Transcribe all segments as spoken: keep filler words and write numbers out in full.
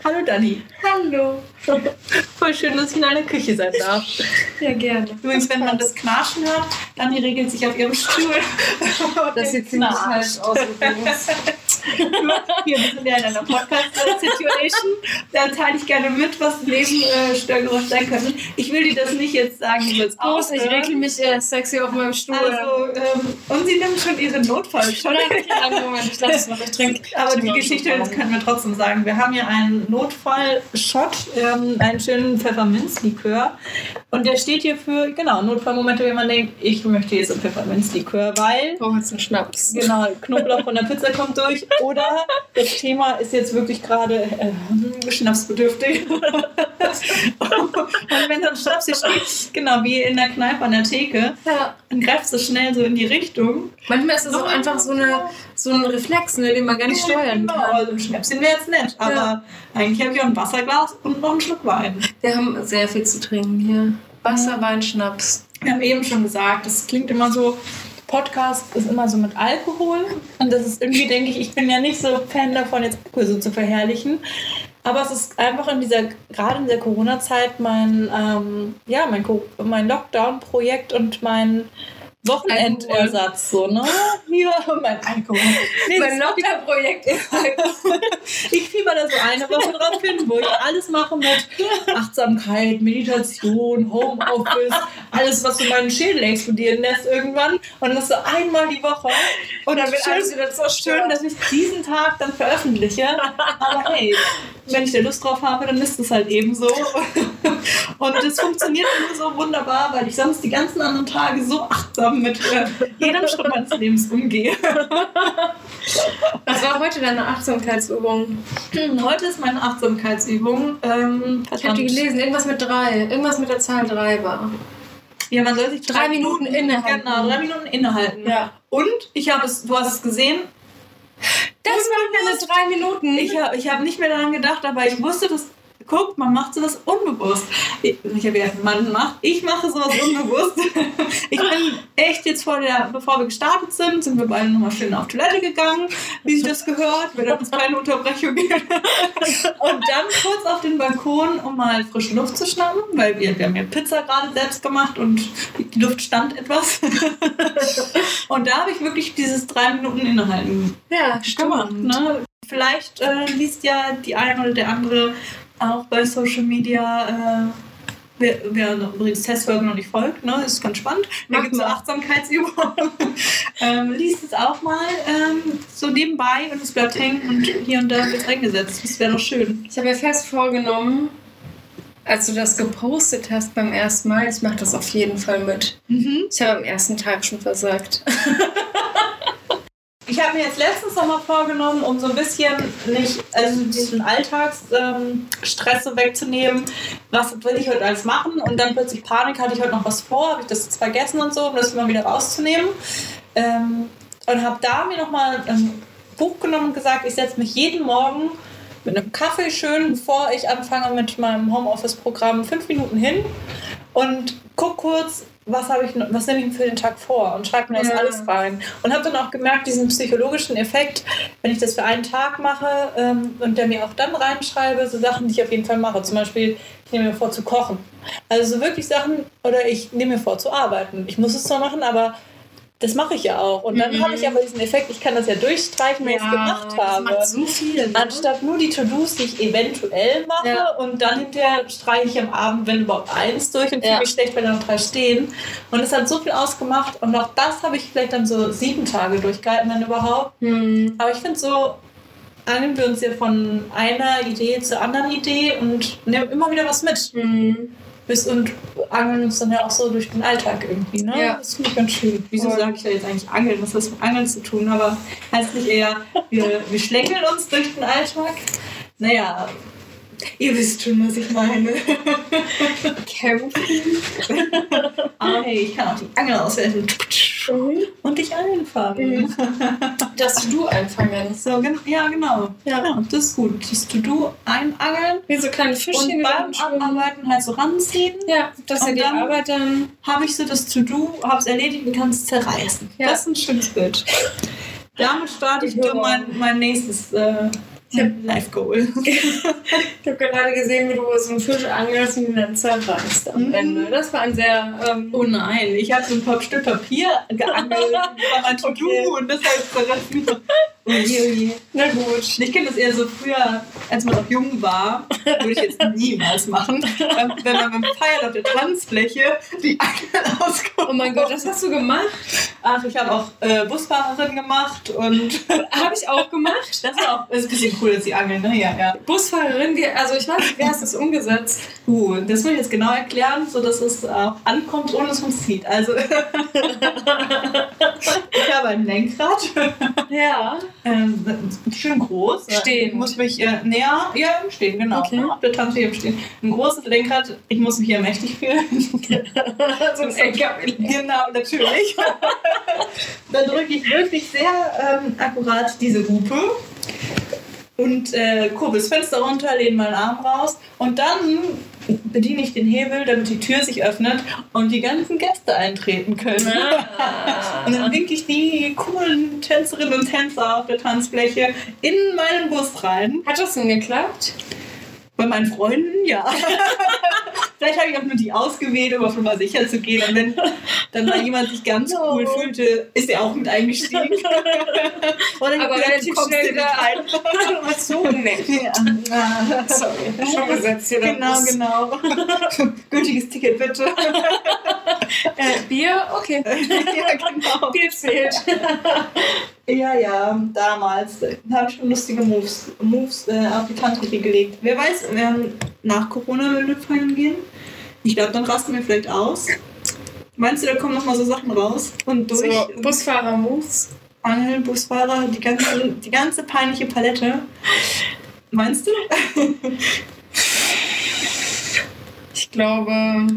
Hallo Dani. Hallo. Voll schön, dass ich in deiner Küche sein darf. Ja, gerne. Übrigens, wenn man das Knarschen hört, Dani regelt sich auf ihrem Stuhl. Das sieht ziemlich falsch aus übrigens. Hier, wir sind ja in einer Podcast-Situation. Da teile ich gerne mit, was Nebenstörgeräusche sein können. Ich will dir das nicht jetzt sagen, du willst aus. Ich regel mich äh, sexy auf meinem Stuhl. Also, ähm, und sie nimmt schon ihren Notfall. Schon Moment, ich lasse es noch. Ich trinke. Aber die Geschichte, das können wir trotzdem sagen. Wir haben hier einen Notfall-Shot, ähm, einen schönen Pfefferminzlikör. Und der steht hier für, genau, Notfallmomente, wenn man denkt, ich möchte jetzt einen Pfefferminzlikör, weil... Ich brauche jetzt einen Schnaps. Genau, Knoblauch von der Pizza kommt durch. Oder das Thema ist jetzt wirklich gerade äh, schnapsbedürftig. Und wenn dann Schnaps hier steht, genau, wie in der Kneipe an der Theke, ja. dann greifst du schnell so in die Richtung. Manchmal ist es auch einfach so, eine, so ein Reflex, ne, den man gar nicht steuern kann. Also ein Schnäpschen wäre jetzt nett, aber ja. Eigentlich habe ich auch ein Wasserglas und noch einen Schluck Wein. Wir haben sehr viel zu trinken hier. Wasser, Wein, Schnaps. Wir haben eben schon gesagt, das klingt immer so, Podcast ist immer so mit Alkohol. Und das ist irgendwie, denke ich, ich bin ja nicht so Fan davon, jetzt Alkohol so zu verherrlichen. Aber es ist einfach in dieser, gerade in der Corona-Zeit mein, ähm, ja, mein, mein Lockdown-Projekt und mein Wochenendersatz, so, ne? Hier, mein Alkohol. Nee, mein Lockdown-Projekt ist Alkohol. Ich fieber da so eine Woche drauf hin, wo ich alles mache mit Achtsamkeit, Meditation, Homeoffice, alles, was so meinen Schädel explodieren lässt irgendwann. Und das so einmal die Woche. Und dann wird alles wieder so schön, dass ich diesen Tag dann veröffentliche. Aber hey, wenn ich da Lust drauf habe, dann ist es halt eben so. Und das funktioniert immer so wunderbar, weil ich sonst die ganzen anderen Tage so achtsam mit äh, jedem Schritt meines Lebens umgehe. Was war heute deine Achtsamkeitsübung? Heute ist meine Achtsamkeitsübung. Ähm, ich habe die gelesen, irgendwas mit drei. Irgendwas mit der Zahl drei war. Ja, man soll sich drei, drei Minuten, Minuten innehalten. Genau, drei Minuten innehalten. Ja. Und ich habe es, du hast es gesehen. Das waren deine drei Minuten. Ich habe ich hab nicht mehr daran gedacht, aber ich wusste, dass, guck, man macht sowas unbewusst. Ich, ich habe ja einen Mann gemacht, ich mache sowas unbewusst. Ich bin echt jetzt vor der, bevor wir gestartet sind, sind wir beide nochmal schön auf Toilette gegangen, wie sich das gehört. Wir hatten keine Unterbrechung. Und dann kurz auf den Balkon, um mal frische Luft zu schnappen, weil wir, wir haben ja Pizza gerade selbst gemacht und die Luft stand etwas. Und da habe ich wirklich dieses drei Minuten Innehalten ja, gemacht. Ne? Vielleicht äh, liest ja die eine oder der andere auch bei Social Media, äh, wer, wer übrigens Testfolgen noch nicht folgt, ne, ist ganz spannend. Da gibt es so Achtsamkeitsübungen. ähm, liest es auch mal ähm, so nebenbei und es bleibt hängen und hier und da wird es eingesetzt. Das wäre doch schön. Ich habe mir fest vorgenommen, als du das gepostet hast beim ersten Mal, ich mache das auf jeden Fall mit. Mhm. Ich habe am ersten Tag schon versagt. Ich habe mir jetzt letztens noch mal vorgenommen, um so ein bisschen nicht, also diesen Alltagsstress ähm, so wegzunehmen, was will ich heute alles machen und dann plötzlich Panik, hatte ich heute noch was vor, habe ich das jetzt vergessen und so, um das immer wieder rauszunehmen. Ähm, und habe da mir noch mal ein Buch genommen und gesagt, ich setze mich jeden Morgen mit einem Kaffee schön, bevor ich anfange mit meinem Homeoffice-Programm, fünf Minuten hin und guck kurz, was habe ich, was nehme ich für den Tag vor und schreibe mir das ja. alles rein. Und habe dann auch gemerkt, diesen psychologischen Effekt, wenn ich das für einen Tag mache ähm, und der mir auch dann reinschreibe, so Sachen, die ich auf jeden Fall mache. Zum Beispiel, ich nehme mir vor zu kochen. Also so wirklich Sachen, oder ich nehme mir vor zu arbeiten. Ich muss es zwar machen, aber das mache ich ja auch. Und dann mhm. habe ich aber diesen Effekt, ich kann das ja durchstreichen, wenn ja, ich es gemacht habe. Das macht so viel. Ne? Anstatt nur die To-Dos, die ich eventuell mache ja. und dann hinterher streiche ich am Abend, wenn überhaupt eins durch und fühle ja. mich schlecht, wenn da noch drei stehen. Und es hat so viel ausgemacht und auch das habe ich vielleicht dann so sieben Tage durchgehalten, wenn überhaupt. Mhm. Aber ich finde so, angeln wir uns ja von einer Idee zur anderen Idee und nehmen immer wieder was mit. Mhm. Bis und angeln uns dann ja auch so durch den Alltag irgendwie, ne? Ja. Das finde ich ganz schön. Wieso sage ich ja jetzt eigentlich Angeln? Was hat das mit Angeln zu tun? Aber heißt nicht eher, wir, wir schlängeln uns durch den Alltag? Naja, ihr wisst schon, was ich meine. Kämpfen. Aber hey, ich kann auch die Angel auswerfen. Mhm. Und dich einfangen. Mhm. Das To-Do einfangen. So, ja, genau. Ja. Ja, das ist gut. Das To-Do einangeln. Wie so kleine Fischchen. Und beim Abarbeiten halt so ranziehen. Ja, dass und ihr die dann Arbeit dann... habe ich so das To-Do, habe es erledigt und kann es zerreißen. Ja. Das ist ein schönes Bild. Damit starte ich durch mein, mein nächstes... Äh, Ich habe Life Goal. ich hab gerade gesehen, wie du so einen Fisch angelst und ihn dann zerreißt am Mhm. Ende. Das war ein sehr... Ähm, Oh nein, ich habe so ein paar Stück Papier geangelt. Das war mein To-Do Okay. und deshalb zerrissen. Oh je, oh je. na gut. Ich kenne das eher so früher, als man noch jung war, würde ich jetzt niemals machen. Ähm, Wenn man beim Feiern auf der Tanzfläche die Angel auskommt. Oh mein Gott, das hast du gemacht? Ach, ich habe auch äh, Busfahrerin gemacht und Habe ich auch gemacht. das war auch das ist ein bisschen cool, dass die Angeln, ne? Ja, ja. Busfahrerin, wie, also ich weiß nicht, wie hast du das umgesetzt? Uh, das will ich jetzt genau erklären, sodass es auch ankommt, ohne dass man es sieht. Also, ich habe ein Lenkrad. Ja. Ähm, schön groß. Stehen. Ich muss mich äh, näher, ja, im Stehen, genau. Okay. Auf der Tanzfläche im Stehen. Ein großes Lenkrad, ich muss mich hier mächtig fühlen. so ein L K W. Genau, natürlich. Da drücke ich wirklich sehr ähm, akkurat diese Hupe und äh, kurbel das Fenster runter, lehne meinen Arm raus und dann bediene ich den Hebel, damit die Tür sich öffnet und die ganzen Gäste eintreten können. Ah. Und dann winke ich die coolen Tänzerinnen und Tänzer auf der Tanzfläche in meinen Bus rein. Hat das denn geklappt? Bei meinen Freunden, ja. Vielleicht habe ich auch nur die ausgewählt, um auf Nummer sicher zu gehen. Und wenn dann mal jemand sich ganz No. cool fühlte, ist er auch mit eingestiegen. Oder Aber relativ schnell wieder rein. Was so? Nee. Ja. Ah. Sorry. Schon gesetzt hier. der Genau, Bus. genau. Gültiges Ticket bitte. Äh, Bier? Okay. Ja, genau. Bier zählt. Ja, ja, damals äh, habe ich schon lustige Moves, Moves äh, auf die Tanzfläche gelegt. Wer weiß, wir haben nach Corona wenn wir feiern gehen. Ich glaube, dann rasten wir vielleicht aus. Meinst du, da kommen noch mal so Sachen raus? Und durch So, Busfahrer-Moves. Angel, Busfahrer, die ganze, die ganze peinliche Palette. Meinst du? Ich glaube...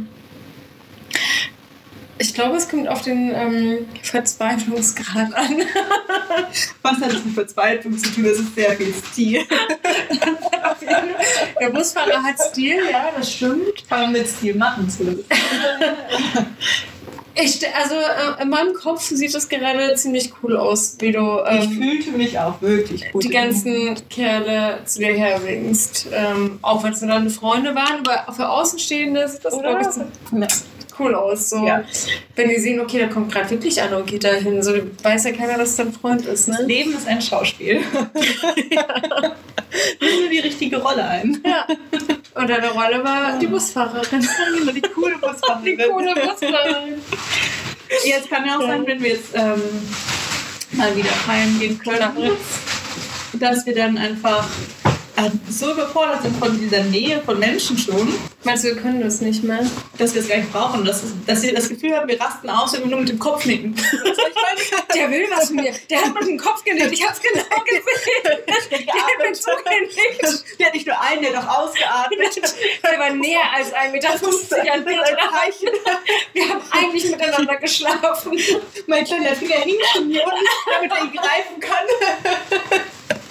Ich glaube, es kommt auf den ähm, Verzweiflungsgrad an. Was hat das mit Verzweiflung zu tun? Das ist sehr viel Stil. Der Busfahrer hat Stil, ja, das stimmt. Kann man mit Stil machen zumindest. Ich, st- also äh, in meinem Kopf sieht das gerade ziemlich cool aus, wie du Ich ähm, fühlte mich auch wirklich gut. die ganzen Kerle zu dir herwinkst. Ähm, auch wenn es nur deine Freunde waren, aber für Außenstehende sieht das, glaube ich, so Ja. cool aus. So. Ja. Wenn die sehen, okay, da kommt gerade wirklich einer und geht da hin. So weiß ja keiner, dass es dein Freund ist, Das ne? Leben ist ein Schauspiel. Nimm nur die richtige Rolle ein. Ja. Und deine Rolle war die Busfahrerin. Die coole Busfahrerin. Die coole Busfahrerin. Jetzt kann ja auch sein, wenn wir jetzt ähm, mal wieder feiern gehen können, dass wir dann einfach äh, so überfordert sind von dieser Nähe von Menschen schon, Meinst du, wir können das nicht mehr? dass wir es gar nicht brauchen. Dass, es, dass wir das Gefühl haben, wir rasten aus, wenn wir nur mit dem Kopf nicken. Weißt du, was ich meine? Der will was von mir. Der hat mit dem Kopf genickt. Ich hab's genau gesehen. Der hat mit so genickt. Der hat nicht nur einen, der hat auch ausgeatmet. Der war näher als ein Meter fünfzig an mir dran. Wir haben eigentlich miteinander geschlafen. Mein kleiner Finger hing schon hier unten, damit er ihn greifen kann.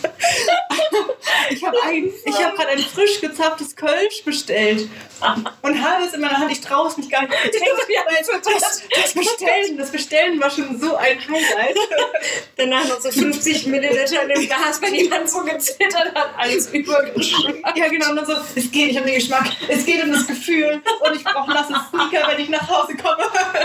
Ich habe hab gerade ein frisch gezapftes Kölsch bestellt und habe es in meiner Hand. Ich traue es mich gar nicht zu trinken, weil das, das, Bestellen, das Bestellen war schon so ein Highlight. Danach noch so fünfzig Milliliter in dem Glas, wenn jemand so gezittert hat, alles übergeschrieben. Ja, genau. Und dann so, es geht nicht um den Geschmack, es geht um das Gefühl und ich brauche nasse Sneaker, wenn ich nach Hause komme.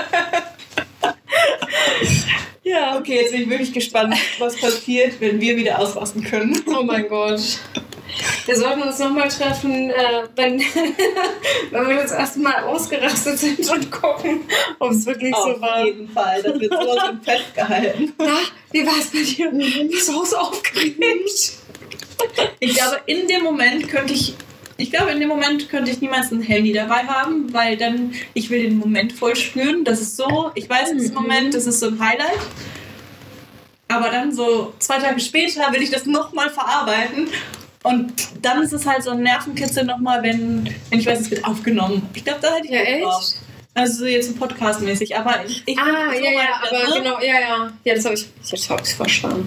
Ja. Okay, jetzt bin ich wirklich gespannt, was passiert, wenn wir wieder ausrasten können. Oh mein Gott. Wir sollten uns nochmal treffen, äh, wenn, wenn wir das erste Mal ausgerastet sind und gucken, ob es wirklich Auf so war. jeden Fall, das wird so festgehalten. Na, wie war es bei dir? Bist du so aufgeregt? Ich glaube, in dem Moment könnte ich, ich glaube, in dem Moment könnte ich niemals ein Handy dabei haben, weil dann, ich will den Moment voll spüren. Das ist so, ich weiß, in diesem Moment, das ist so ein Highlight. Aber dann so zwei Tage später will ich das nochmal verarbeiten. Und dann ist es halt so ein Nervenkitzel nochmal, wenn, wenn ich weiß, es wird aufgenommen. Ich glaube, da hätte ich Ja, Bock echt? drauf. Also jetzt so Podcast-mäßig, aber ich... ich Ah, so ja, ja, mal aber wieder, ne? genau, ja, ja. Ja, das habe ich, jetzt habe ich verstanden.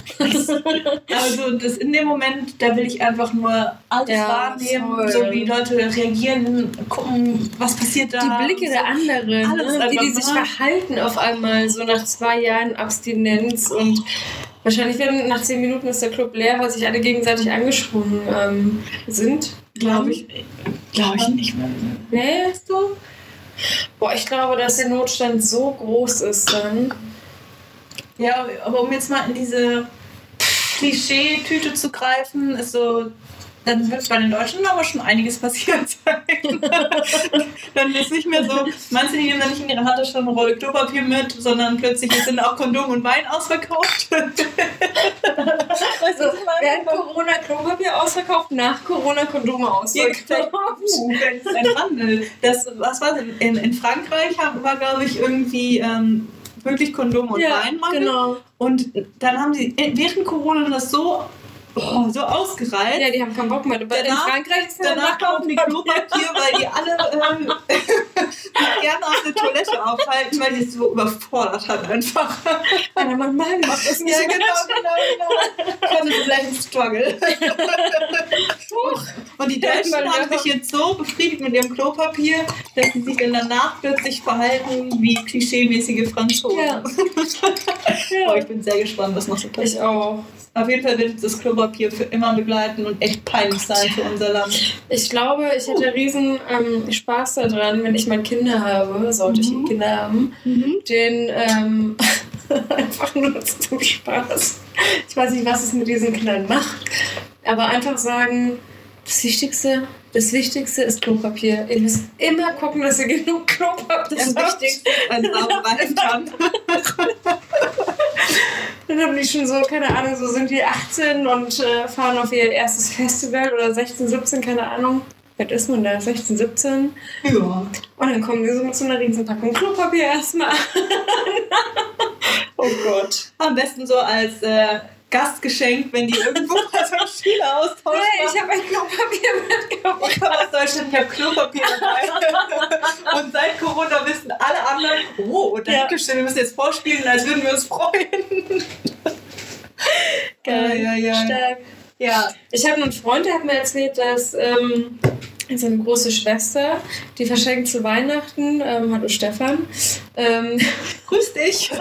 Also das in dem Moment, da will ich einfach nur alles Ja, wahrnehmen, voll. so wie Leute reagieren, gucken, was passiert da. Die Blicke der anderen, Alles ne? wie die einfach sich mal. verhalten auf einmal, so nach zwei Jahren Abstinenz und wahrscheinlich werden nach zehn Minuten ist der Club leer, weil sich alle gegenseitig angesprungen ähm, sind. Glaube ich, glaube ich nicht mehr. Nee, hast du? Boah, ich glaube, dass der Notstand so groß ist dann. Ja, aber um jetzt mal in diese Klischee-Tüte zu greifen, ist so, dann wird bei den Deutschen aber schon einiges passiert sein. Dann ist nicht mehr so, manche die nehmen dann nicht in ihrer Handtasche eine Rolle Klopapier mit, sondern plötzlich sind auch Kondom und Wein ausverkauft. Weißt du, was ich meine? Während Corona Klopapier ausverkauft, nach Corona Kondome ausverkauft. Uh, das ist ein Wandel. Das, was war denn? In, in Frankreich war, glaube ich, irgendwie ähm, wirklich Kondom und Ja, Weinmangel. genau. Und dann haben sie während Corona das so, oh, so ausgereizt. Ja, die haben keinen Bock mehr. Danach, in Danach- Frankreich ist Danach kaufen die Klopapier, weil die alle ähm, sich gerne auf der Toilette aufhalten, weil die es so überfordert hat einfach. Einer Mann Mann macht das nicht Ja, mehr. genau, genau, genau. Ich hatte vielleicht einen Struggle. Und die Deutschen haben sich jetzt so befriedigt mit ihrem Klopapier, dass sie sich dann danach plötzlich verhalten wie klischeemäßige Franzosen. Ja. Oh, ich bin sehr gespannt, was noch so passiert. Ich auch. Auf jeden Fall wird uns das Klopapier für immer begleiten und echt peinlich sein für unser Land. Ich glaube, ich hätte riesen ähm, Spaß daran, wenn ich mal Kinder habe, sollte ich Kinder haben, den ähm, einfach nur zum Spaß. Ich weiß nicht, was es mit diesen Kindern macht, aber einfach sagen, das Wichtigste, das Wichtigste ist Klopapier. Ihr müsst immer gucken, dass ihr genug Klopapier Das habt. Wichtigste ist ein sauberer Hintern. Dann haben die schon so, keine Ahnung, so sind die achtzehn und äh, fahren auf ihr erstes Festival oder sechzehn, siebzehn, keine Ahnung. Was ist man da? sechzehn, siebzehn? Ja. Und dann kommen die so mit so einer riesen Packung Klopapier erstmal. Oh Gott. Am besten so als äh, Gastgeschenk, wenn die irgendwo mal so einen Schüleraustausch Hey, machen. ich habe ein Klopapier mitgebracht. Ich komme aus Deutschland, ich habe Klopapier dabei. Und seit Corona wissen alle anderen, oh, danke schön, wir müssen jetzt vorspielen, als würden wir uns freuen. Geil, Ja, ja, ja. stark. Ja. Ich habe einen Freund, der hat mir erzählt, dass ähm, seine große Schwester, die verschenkt zu Weihnachten, ähm, hallo Stefan, ähm, Grüß dich.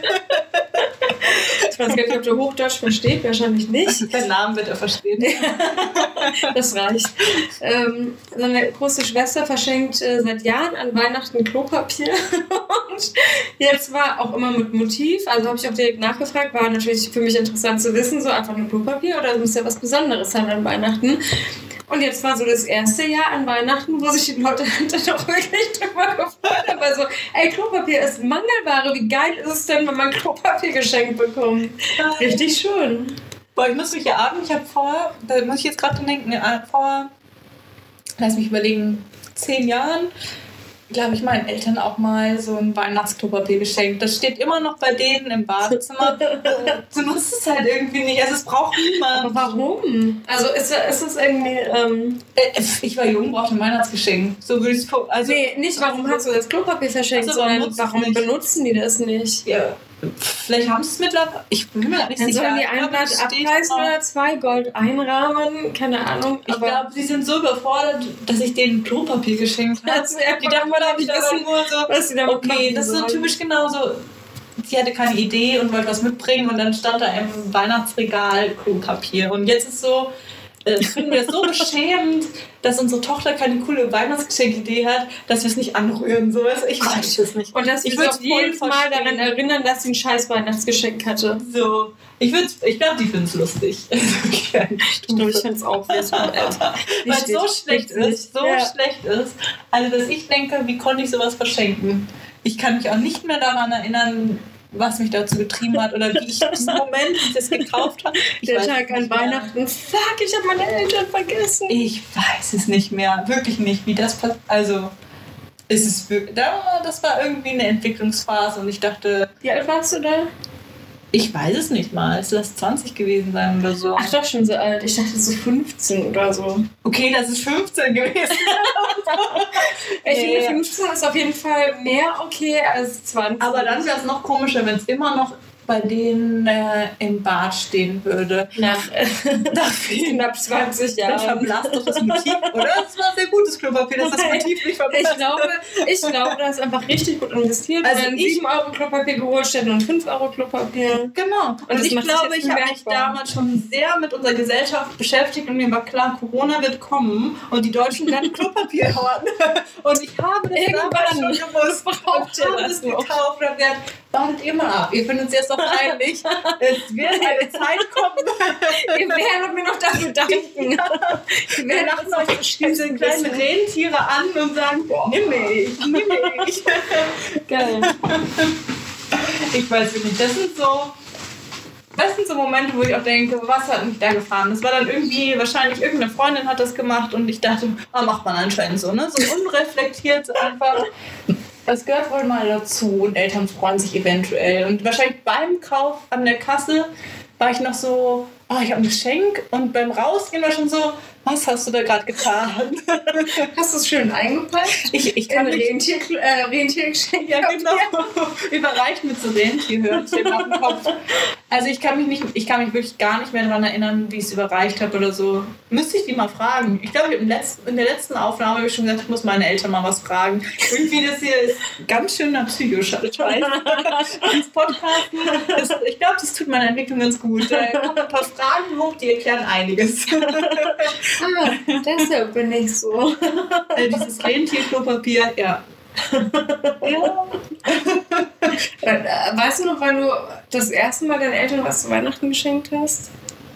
ich weiß gar nicht, ob der Hochdeutsch versteht, wahrscheinlich nicht. Deinen Namen wird er verstehen. Das reicht. Ähm, seine große Schwester verschenkt äh, seit Jahren an Weihnachten Klopapier. Und jetzt war auch immer mit Motiv, also habe ich auch direkt nachgefragt, war natürlich für mich interessant zu wissen, so einfach nur Klopapier oder muss ja was Besonderes sein an Weihnachten. Und jetzt war so das erste Jahr an Weihnachten, wo sich die Leute dann auch wirklich drüber gefreut haben. Also, ey, Klopapier ist Mangelware. Wie geil ist es denn, wenn man Klopapier geschenkt bekommt? Richtig schön. Boah, ich muss mich ja atmen. Ich habe vor, da muss ich jetzt gerade dran denken, äh, vor, lass mich überlegen, zehn Jahren, glaube ich, meinen Eltern auch mal so ein Weihnachtsklopapier geschenkt. Das steht immer noch bei denen im Badezimmer. Du nutzt es halt irgendwie nicht. Also es braucht niemand. Aber warum? Also ist, ist es irgendwie... Ähm Äh, Ich war jung, brauchte ein Weihnachtsgeschenk. So würde ich es... Also, nee, nicht warum hast du das Klopapier verschenkt, Ach so, warum sondern nutzt es warum nicht? benutzen die das nicht? ja, vielleicht haben sie es mittlerweile... Ich bin mir nicht Dann sicher. sollen die Ich ein glaub, Blatt es steht abreißen drauf. oder zwei Gold einrahmen, keine Ahnung. Ich aber glaube, sie sind so überfordert, dass ich denen Klopapier geschenkt habe. Das wär Die dachten, voll glaube ich, wissen, wissen nur so, was sie damit okay, machen das ist so sollen. typisch genauso. Sie hatte keine Idee und wollte was mitbringen und dann stand da im Weihnachtsregal Klopapier. Und jetzt ist so, äh, finden wir es so beschämend, dass unsere Tochter keine coole Weihnachtsgeschenkidee hat, dass wir es nicht anrühren. So. Also ich weiß es nicht. Und dass ich wir würd's uns jedes voll Mal verstehen. daran erinnern, dass sie ein scheiß Weihnachtsgeschenk hatte. So. Ich, ich glaube, die finden es lustig. Ich finde es auch witzig. Weil es so schlecht ist, so ja. schlecht ist. Also, dass ich denke, wie konnte ich sowas verschenken? Ich kann mich auch nicht mehr daran erinnern, was mich dazu getrieben hat oder wie ich diesen Moment, wie ich das gekauft habe. Ich Der weiß Tag es an nicht mehr. Weihnachten. Fuck, ich habe meine Eltern vergessen. Ich weiß es nicht mehr. Wirklich nicht, wie das passiert. Also, ist es wirklich. Das war irgendwie eine Entwicklungsphase und ich dachte, Wie alt warst du da? ich weiß es nicht mal. Es lass zwanzig gewesen sein oder so. Ach doch, schon so alt. Ich dachte so fünfzehn oder so. Okay, das ist fünfzehn gewesen. Ich Nee. finde fünfzehn ist auf jeden Fall mehr okay als zwanzig. Aber dann wäre es noch komischer, wenn es immer noch bei denen äh, im Bad stehen würde. Nach, äh, nach knapp zwanzig Jahren. Das verblasst doch das Motiv, oder? Das war sehr gutes Klopapier, dass das Motiv nicht verblasst. Ich glaube, ich glaube, da ist einfach richtig gut investiert. Also wenn ich- sieben Euro Klopapier geholt statt nur fünf Euro Klopapier. Genau. Und, das ich macht sich glaube, jetzt ich habe mich bemerkbar. damals schon sehr mit unserer Gesellschaft beschäftigt und mir war klar, Corona wird kommen und die Deutschen werden Klopapier horten. Und ich habe das damals schon Irgendwann gewusst. braucht ihr Ich habe das es noch. gekauft und habe gedacht, wartet ihr mal ab. Ihr findet es jetzt doch peinlich. Es wird eine Zeit kommen. Ihr werdet mir noch dafür danken. Wir lachen euch diese kleinen Rentiere an und sagen, nimm mich, nimm mich. Geil. Ich weiß nicht, das sind so, das sind so Momente, wo ich auch denke, was hat mich da gefahren? Das war dann irgendwie, wahrscheinlich irgendeine Freundin hat das gemacht und ich dachte, ah, macht man anscheinend so, ne? So unreflektiert einfach. Das gehört wohl mal dazu und Eltern freuen sich eventuell. Und wahrscheinlich beim Kauf an der Kasse war ich noch so, oh, ich habe ein Geschenk und beim Rausgehen war schon so, was hast du da gerade getan? Hast du es schön eingepackt? Ich, ich kann In mich Rentier, äh, Rentiergeschenk. ja, genau. Überreicht mit so Rentierhörnchen auf dem Kopf. Also ich kann mich nicht, ich kann mich wirklich gar nicht mehr daran erinnern, wie ich es überreicht habe oder so. Müsste ich die mal fragen. Ich glaube, im letzten, in der letzten Aufnahme habe ich schon gesagt, ich muss meine Eltern mal was fragen. Irgendwie das hier ist ganz schön nach psychischer Scheiß. Dieses Podcasten, das, ich glaube, das tut meiner Entwicklung ganz gut. Da kommen ein paar Fragen hoch, die erklären einiges. Ah, deshalb bin ich so. äh, dieses Rentierklopapier, ja. Ja. Äh, Weißt du noch, wann du das erste Mal deinen Eltern was zu Weihnachten geschenkt hast?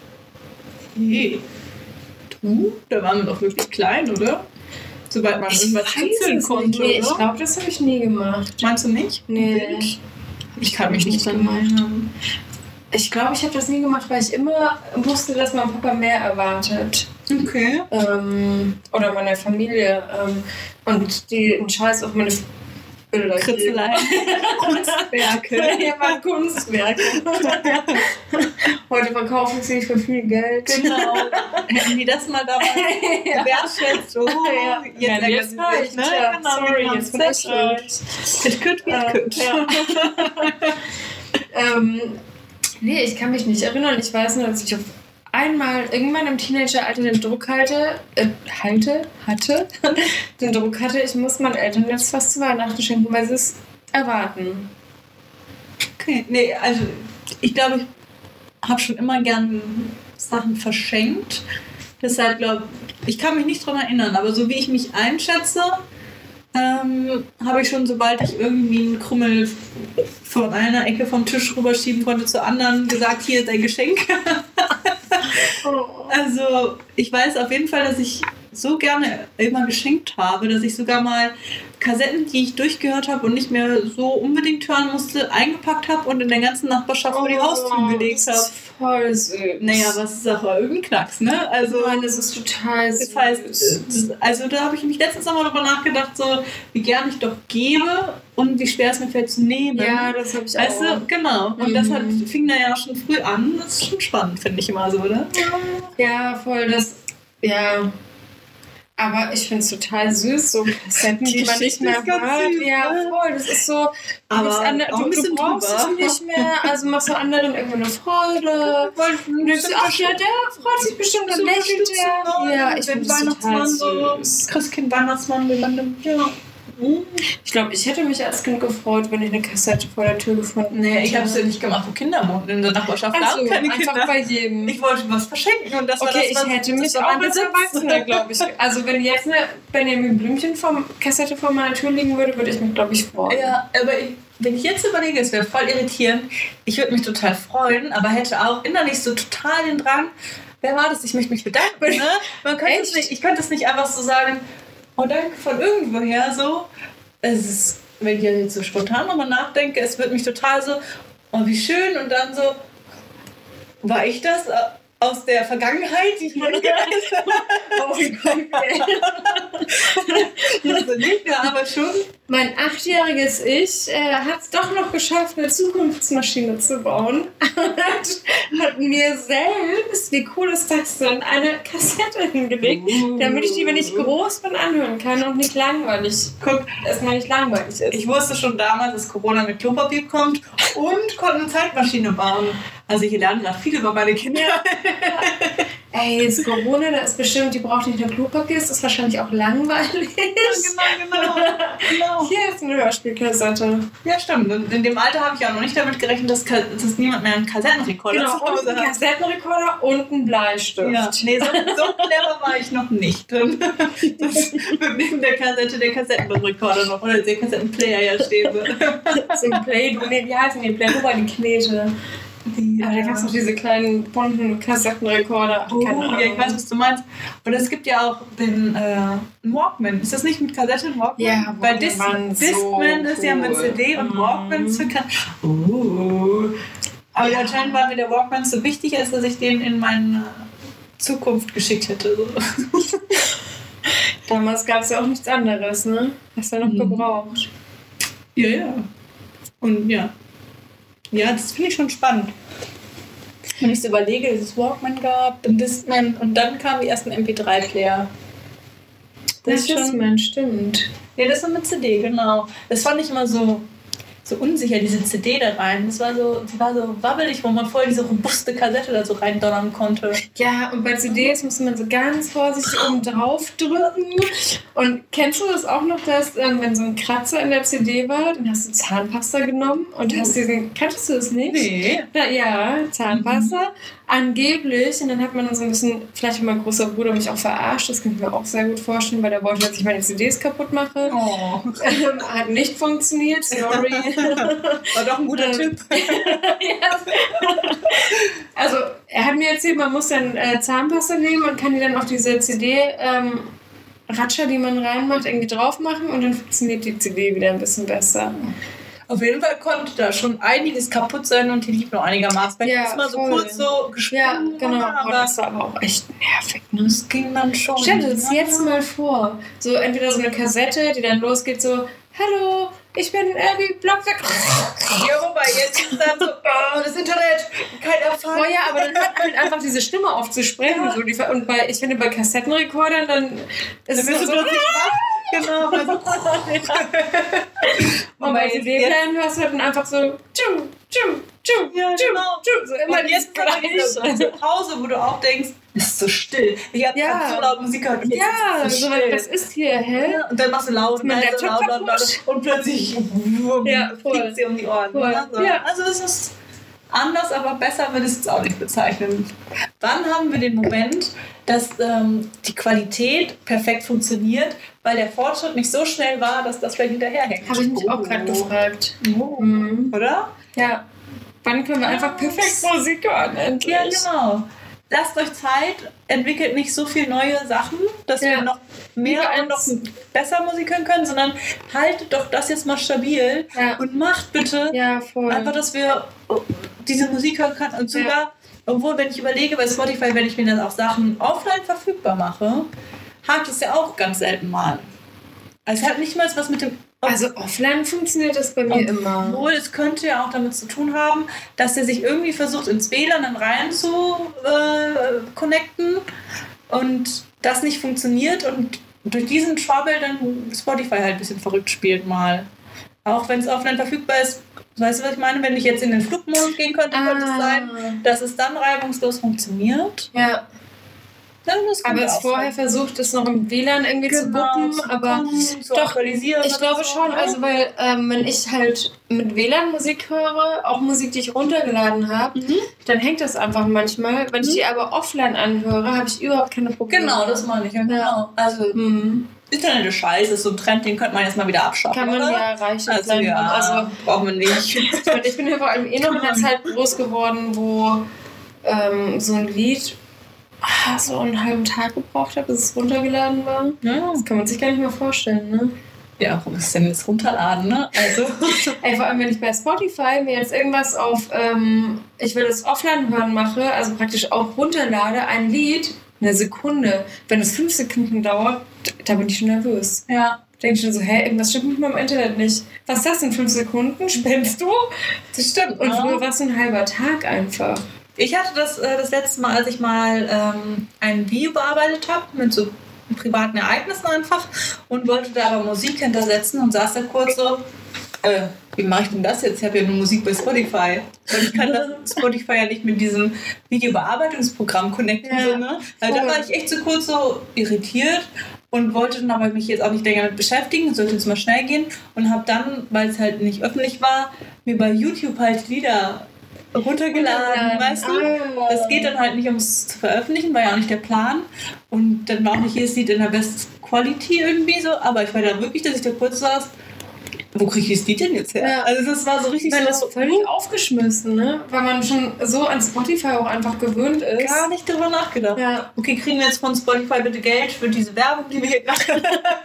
Hey. Du? Da waren wir doch wirklich klein, oder? Sobald man irgendwas kitzeln konnte, Nee, ich oder? glaube, das habe ich nie gemacht. Meinst du nicht? Nee. Ich kann mich nicht dran gemacht. erinnern. Ich glaube, ich habe das nie gemacht, weil ich immer wusste, dass mein Papa mehr erwartet. Okay. Ähm, oder meine Familie. Ähm, und die einen Scheiß auf meine Bilder. Kritzeleien. Kunstwerke. Ja, waren Kunstwerke. Heute verkaufen sie für viel Geld. Genau. Hätten die das mal damals Ja. gewertschätzt. Oh, Ja. jetzt Ja, ärgern jetzt sie reicht, sich, ne? ja. Genau, Sorry, genau. jetzt bin ich Sehr schön. It could be, it could. Ja. ähm, nee, ich kann mich nicht erinnern. Ich weiß nur, dass ich auf einmal irgendwann im Teenageralter den Druck halte, äh, halte, hatte, den Druck hatte, ich muss meinen Eltern jetzt was zu Weihnachten schenken, weil sie es erwarten. Okay, nee, also ich glaube, ich habe schon immer gern Sachen verschenkt. Deshalb glaube ich, kann mich nicht dran erinnern, aber so wie ich mich einschätze, ähm, habe ich schon, sobald ich irgendwie einen Krummel von einer Ecke vom Tisch rüberschieben konnte zur anderen, gesagt, hier ist dein Geschenk. Also ich weiß auf jeden Fall, dass ich so gerne immer geschenkt habe, dass ich sogar mal Kassetten, die ich durchgehört habe und nicht mehr so unbedingt hören musste, eingepackt habe und in der ganzen Nachbarschaft vor die Haustür gelegt das habe. ist voll süß. Naja, was ist auch irgendein Knacks, ne? Also, Mann, das ist total süß. das heißt, das, also da habe ich mich letztens nochmal drüber nachgedacht, so wie gern ich doch gebe und wie schwer es mir fällt zu nehmen. Ja, das habe ich Weißt auch. du, genau. Und Mhm. das hat, fing da ja schon früh an. Das ist schon spannend, finde ich immer so, oder? Ja, voll, das, ja. Aber ich finde es total süß, so Kassetten, die, Die man nicht Geschichte mehr ist ganz hört. süß, Ja, ne? voll, das ist so, Aber nichts andere, auch ein du, du bisschen brauchst drüber. es nicht mehr, also machst du anderen irgendwie eine Freude. Und denkst du, ach ja, der freut sich bestimmt, dann lächelt der. Ja, ich finde das total süß. Christkind, Weihnachtsmann, jemandem, ja. Ich glaube, ich hätte mich als Kind gefreut, wenn ich eine Kassette vor der Tür gefunden Nee, ich hätte. habe es ja nicht gemacht, wo Kinder wohnen in der Nachbarschaft. Da Also, haben keine einfach Kinder. bei jedem. Ich wollte was verschenken und das war Okay, das, was ich hätte das mich war auch mein als Besitz. Erwachsener, glaube ich. Also wenn jetzt eine Benjamin Blümchen vom Kassette vor meiner Tür liegen würde, würde ich mich, glaube ich, freuen. Ja, aber ich, wenn ich jetzt überlege, es wäre voll irritierend. Ich würde mich total freuen, aber hätte auch innerlich so total den Drang, wer war das? Ich möchte mich bedanken. Ne? Man könnte es Echt? nicht, ich könnte es nicht einfach so sagen, oh danke von irgendwoher so. Es ist, wenn ich jetzt so spontan nochmal nachdenke, es wird mich total so, oh wie schön und dann so, war ich das äh, aus der Vergangenheit, die ich mal Oh, wie cool. Hier so nicht, ja, aber schon. Mein achtjähriges Ich äh, hat es doch noch geschafft, eine Zukunftsmaschine zu bauen. Und hat mir selbst, wie cool ist das denn, eine Kassette hingelegt, damit ich die, wenn ich groß bin, anhören kann und nicht langweilig. Guck, erstmal nicht langweilig ist. Ich wusste schon damals, dass Corona mit Klopapier kommt und konnte eine Zeitmaschine bauen. Also ich lerne gerade viel über meine Kinder. Ey, ist Corona, da ist bestimmt, die braucht nicht nur Klopapier, ist das wahrscheinlich auch langweilig. Ja, genau, genau, genau. Hier ist eine Hörspielkassette. Ja, stimmt. Und in dem Alter habe ich auch noch nicht damit gerechnet, dass, dass niemand mehr einen Kassettenrekorder genau, zu Hause und einen hat. Kassettenrekorder und einen Bleistift. Ja. Nee, so, so clever war ich noch nicht. Das wird neben der Kassette der Kassettenrekorder noch oder der Kassettenplayer ja stehen wird. So ein Play, nee, wie heißen die? Play, wobei die Knete. Die, aber da gab es noch diese kleinen bunten Kassettenrekorder. Oh, ja, ich weiß, was du meinst. Und es gibt ja auch den äh, Walkman. Ist das nicht mit Kassette ein Walkman? Ja, weil Dis- so Discman ist ja mit C D und Walkman ist für Kassette. Oh. Aber ja. Anscheinend war mir der Walkman so wichtig, als dass ich den in meine Zukunft geschickt hätte. So. Damals gab es ja auch nichts anderes, ne? Hast du ja noch Mhm. gebraucht. Ja, ja. Und ja. Ja, das finde ich schon spannend. Wenn ich so überlege, dass es Walkman gab, dann Discman und dann kamen die ersten M P drei Player. Das ist schon, stimmt. Ja, das war mit C D, genau. Das fand ich immer so, so unsicher, diese C D da rein. Das war so, die war so wabbelig, wo man vorher diese robuste Kassette da so reindonnern konnte. Ja, und bei C Ds musste man so ganz vorsichtig oben drauf drücken. Und kennst du das auch noch, dass ähm, wenn so ein Kratzer in der C D war, dann hast du Zahnpasta genommen und hast diesen, kanntest du das nicht? Nee. Na, ja, Zahnpasta. Mhm. Angeblich, und dann hat man so ein bisschen, vielleicht hat mein großer Bruder mich auch verarscht, das kann ich mir auch sehr gut vorstellen, weil der wollte, dass ich meine C Ds kaputt mache. Oh. Ähm, hat nicht funktioniert, sorry. War doch ein guter Tipp. Ja. Also, er hat mir erzählt, man muss dann äh, Zahnpasta nehmen und kann die dann auf diese C D ähm, Ratscher, die man reinmacht, irgendwie drauf machen und dann funktioniert die C D wieder ein bisschen besser. Auf jeden Fall konnte da schon einiges kaputt sein und die lief noch einigermaßen. Weil ja, ist mal so voll. kurz so gesprungen. Ja, genau. Aber aber das war aber auch echt nervig. Ne? Das ging dann schon. Stell dir das jetzt mal vor. So entweder so eine Kassette, die dann losgeht so, hallo, ich bin Abby Blockwerk. Ja, wobei, jetzt ist dann so, oh, das Internet, kein Erfolg. Oh ja, aber dann hat halt einfach diese Stimme aufzusprechen. Ja. So, die, und bei, ich finde, bei Kassettenrekordern, dann ist dann es so, so genau. und bei C D-Playern hörst du halt dann einfach so tschu, tschu, tschu, ja, tschu, genau. tschu. So immer und jetzt kommt diese Pause, wo du auch denkst, es ist so still. Ich habe ja. so laut Musik gehört. Ja, so so, was ist hier, hä? Ja, und dann machst du laut, und leise, laut, laut, laut, und plötzlich ja, fliegt sie um die Ohren. Voll. Also, ja. also es ist anders, aber besser würde ich es jetzt auch nicht bezeichnen. Wann haben wir den Moment, dass ähm, die Qualität perfekt funktioniert, weil der Fortschritt nicht so schnell war, dass das vielleicht hinterherhängt? Habe ich mich oh. auch gerade gefragt. Oh. Mhm. Oder? Ja. Wann können wir einfach perfekt Musik hören, endlich? Ja, genau. Lasst euch Zeit, entwickelt nicht so viele neue Sachen, dass ja. wir noch mehr und noch besser Musik hören können, sondern haltet doch das jetzt mal stabil ja. und macht bitte ja, voll. einfach, dass wir diese Musik hören können. Und sogar, ja. obwohl, wenn ich überlege, bei Spotify, wenn ich mir dann auch Sachen offline verfügbar mache, hakt es ja auch ganz selten mal. Also es hat nicht mal was mit dem... Also offline funktioniert das bei mir immer. Obwohl, es könnte ja auch damit zu tun haben, dass er sich irgendwie versucht, ins W L A N dann rein zu äh, connecten und das nicht funktioniert und durch diesen Trouble dann Spotify halt ein bisschen verrückt spielt mal. Auch wenn es offline verfügbar ist. Weißt du, was ich meine? Wenn ich jetzt in den Flugmodus gehen könnte, ah. könnte es sein, dass es dann reibungslos funktioniert. Ja. Aber es vorher sein. versucht, es noch im W L A N irgendwie genau, zu buppen, aber zu doch, ich glaube so. schon, also weil ähm, wenn ich halt mit W L A N Musik höre, auch Musik, die ich runtergeladen habe, mhm. dann hängt das einfach manchmal. Wenn mhm. ich die aber offline anhöre, habe ich überhaupt keine Probleme. Genau, das meine ich. Ja, genau. Also mhm. Internet ist scheiße, ist so ein Trend, den könnte man jetzt mal wieder abschaffen. Kann man oder? ja erreichen. Also, ja, also braucht man nicht. Ich bin ja vor allem eh noch in einer Zeit groß geworden, wo ähm, so ein Lied so einen halben Tag gebraucht habe, bis es runtergeladen war. Ja. Das kann man sich gar nicht mehr vorstellen, ne? Ja, warum ist denn das runterladen, ne? Also. Ey, vor allem, wenn ich bei Spotify mir jetzt irgendwas auf, ähm, ich will das offline hören mache, also praktisch auch runterlade, ein Lied, eine Sekunde. Wenn es fünf Sekunden dauert, da bin ich schon nervös. Ja. denke ich schon so, hä, irgendwas stimmt mit meinem Internet nicht. Was ist das in fünf Sekunden? Spinnst du? Das stimmt. Und ja. früher war es so ein halber Tag einfach. Ich hatte das äh, das letzte Mal, als ich mal ähm, ein Video bearbeitet habe, mit so privaten Ereignissen einfach und wollte da aber Musik hintersetzen und saß da kurz so, äh, wie mache ich denn das jetzt? Ich habe ja nur Musik bei Spotify. Und ich kann das Spotify ja nicht mit diesem Videobearbeitungsprogramm connecten. Ja. So, ne? Also da war ich echt so kurz so irritiert und wollte dann aber mich jetzt auch nicht länger damit beschäftigen, sollte jetzt mal schnell gehen und habe dann, weil es halt nicht öffentlich war, mir bei YouTube halt Lieder runtergeladen, ja, weißt du? Oh. Das geht dann halt nicht ums zu veröffentlichen, war ja auch nicht der Plan. Und dann war auch nicht jedes Lied in der Best Quality irgendwie so, aber ich war da wirklich, dass ich da kurz saß, wo kriege ich das Lied denn jetzt her? Ja. Also das war so richtig Weil so... das so völlig aufgeschmissen, ne? Weil man schon so an Spotify auch einfach gewöhnt ist. Gar nicht drüber nachgedacht. Ja. Okay, kriegen wir jetzt von Spotify bitte Geld für diese Werbung, die wir hier gerade...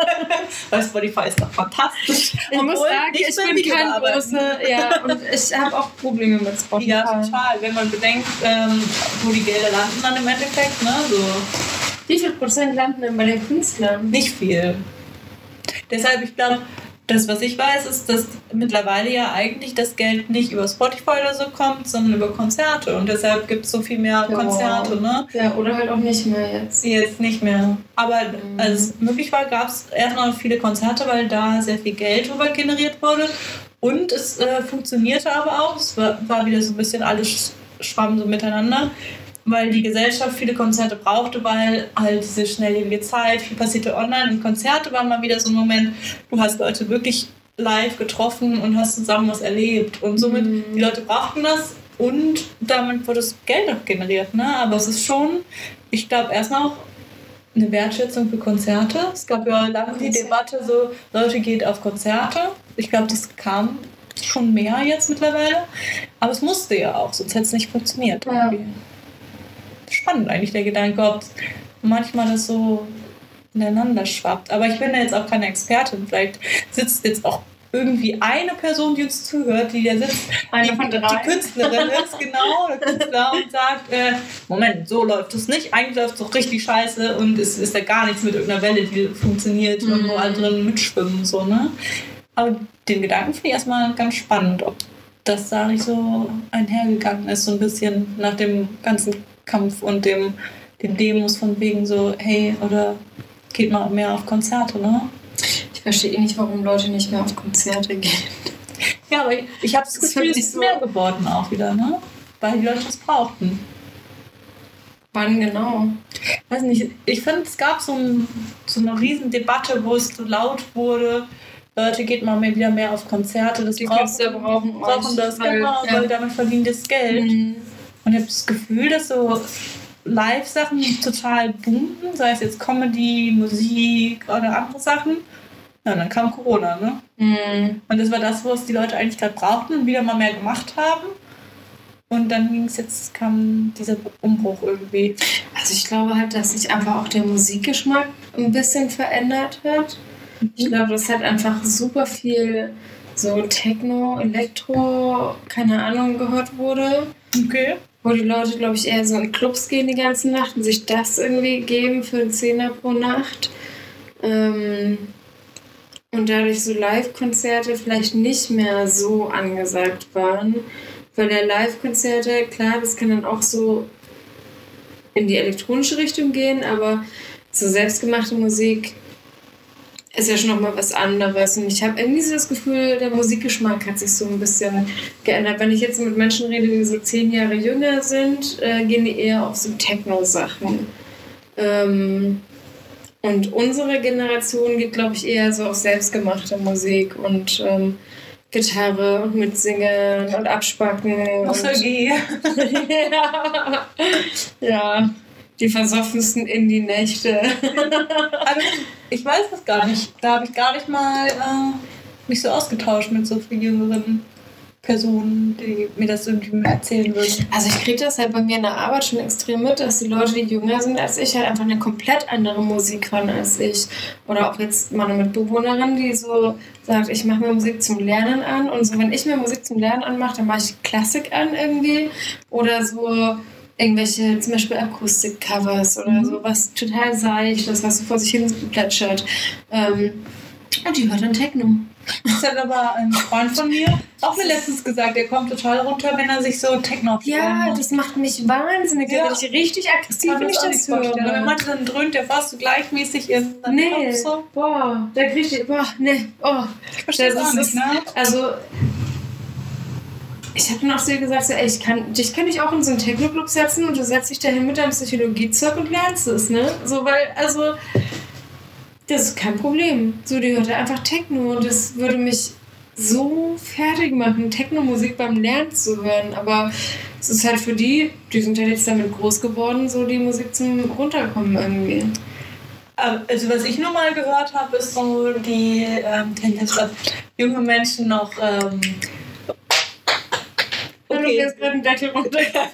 Weil Spotify ist doch fantastisch. Ich Obwohl, muss sagen, ich bin kein großer... Ja, und ich habe auch Probleme mit Spotify. Ja, total. Wenn man bedenkt, ähm, wo die Gelder landen dann im Endeffekt, ne? So. Wie viel Prozent landen denn bei den Künstlern? Nicht viel. Deshalb, ich glaube... Das, was ich weiß, ist, dass mittlerweile ja eigentlich das Geld nicht über Spotify oder so kommt, sondern über Konzerte. Und deshalb gibt es so viel mehr ja. Konzerte, ne? Ja, oder halt auch nicht mehr jetzt. Jetzt nicht mehr. Aber mhm. als es möglich war, gab es erstmal viele Konzerte, weil da sehr viel Geld drüber generiert wurde. Und es äh, funktionierte aber auch. Es war, war wieder so ein bisschen alles schwamm so miteinander. Weil die Gesellschaft viele Konzerte brauchte, weil halt diese schnelllebige Zeit, viel passierte online und Konzerte waren mal wieder so ein Moment, du hast Leute wirklich live getroffen und hast zusammen was erlebt und somit, mhm. die Leute brauchten das und damit wurde das Geld auch generiert, ne? Aber es ist schon, ich glaube, erstmal auch eine Wertschätzung für Konzerte. Es gab ja lange die Debatte so, Leute geht auf Konzerte. Ich glaube, das kam schon mehr jetzt mittlerweile, aber es musste ja auch, sonst hätte es nicht funktioniert. Ja. Spannend eigentlich der Gedanke, ob manchmal das so ineinander schwappt. Aber ich bin da jetzt auch keine Expertin. Vielleicht sitzt jetzt auch irgendwie eine Person, die uns zuhört, die da sitzt, eine die, von drei. die Künstlerin ist, genau, der Künstler und sagt, äh, Moment, so läuft es nicht, eigentlich läuft es doch richtig scheiße und es ist da gar nichts mit irgendeiner Welle, die funktioniert mhm. und wo alle drin mitschwimmen. So, ne? Aber den Gedanken finde ich erstmal ganz spannend, ob das da nicht so einhergegangen ist, so ein bisschen nach dem ganzen Kampf und dem, den Demos von wegen so, hey, oder geht mal mehr auf Konzerte, ne? Ich verstehe eh nicht, warum Leute nicht mehr auf Konzerte gehen. Ja, aber ich, ich habe das Gefühl, es ist so mehr geworden auch wieder, ne? Weil die Leute das brauchten. Wann genau? Weiß nicht, ich finde, es gab so, ein, so eine riesen Debatte, wo es so laut wurde, Leute, geht mal mehr wieder mehr auf Konzerte, das die brauchen, Künstler brauchen, brauchen das, weil, genau, ja. weil damit verdienen das Geld. Mhm. Und ich habe das Gefühl, dass so Live-Sachen total boomen, sei es jetzt Comedy, Musik oder andere Sachen. Ja, und dann kam Corona, ne? Mhm. Und das war das, was die Leute eigentlich gerade brauchten und wieder mal mehr gemacht haben. Und dann ging es jetzt, kam dieser Umbruch irgendwie. Also ich glaube halt, dass sich einfach auch der Musikgeschmack ein bisschen verändert hat. Ich glaube, das hat einfach super viel so Techno, Elektro, keine Ahnung, gehört wurde. Okay. Wo die Leute, glaube ich, eher so in Clubs gehen die ganze Nacht und sich das irgendwie geben für einen Zehner pro Nacht. Ähm, und dadurch so Live-Konzerte vielleicht nicht mehr so angesagt waren. Weil der Live-Konzerte, klar, das kann dann auch so in die elektronische Richtung gehen, aber so selbstgemachte Musik ist ja schon nochmal was anderes. Und ich habe irgendwie so das Gefühl, der Musikgeschmack hat sich so ein bisschen geändert. Wenn ich jetzt mit Menschen rede, die so zehn Jahre jünger sind, äh, gehen die eher auf so Techno-Sachen. Ähm, und unsere Generation geht, glaube ich, eher so auf selbstgemachte Musik und ähm, Gitarre und Mitsingen und Abspacken. Nostalgie. ja. ja. Die versoffensten Indie-Nächte. Also, ich weiß das gar nicht. Da habe ich gar nicht mal äh, mich so ausgetauscht mit so vielen jüngeren Personen, die mir das irgendwie erzählen würden. Also ich kriege das halt bei mir in der Arbeit schon extrem mit, dass die Leute, die jünger sind als ich, halt einfach eine komplett andere Musik hören als ich. Oder auch jetzt meine Mitbewohnerin, die so sagt, ich mache mir Musik zum Lernen an. Und so, wenn ich mir Musik zum Lernen anmache, dann mache ich Klassik an irgendwie. Oder so irgendwelche, zum Beispiel Akustik-Covers oder mhm. so, was total seichtes, was so vor sich hin plätschert. Ähm, Ja, die hört dann Techno. Das hat aber ein Freund von mir auch mir letztens gesagt, der kommt total runter, wenn er sich so Techno Ja, macht. das macht mich wahnsinnig. Ja. Da werde ich richtig aggressiv, wenn ich das höre. Aber wenn man dann dröhnt, der fast so gleichmäßig in seinem Nee, Kopf so. boah, da krieg ich, boah, nee, oh. Ich verstehe das auch nicht, ne? Also, ich habe dann auch so gesagt, so, ey, ich kann, dich kann ich auch in so einen Techno-Club setzen und du setzt dich dahin mit deinem Psychologiezeug und lernst es, ne? So, weil, also, das ist kein Problem. So, die hört einfach Techno und das würde mich so fertig machen, Techno-Musik beim Lernen zu hören. Aber es ist halt für die, die sind halt jetzt damit groß geworden, so die Musik zum Runterkommen irgendwie. Also was ich nur mal gehört habe, ist so die ähm, Tendenz, dass junge Menschen noch ähm, Okay. Du gehst gerade einen Deckel runtergefallen.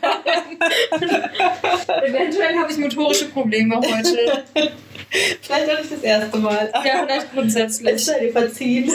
Eventuell habe ich motorische Probleme heute. Vielleicht auch nicht das erste Mal. Ja, vielleicht grundsätzlich. Ich sei dir verziehen.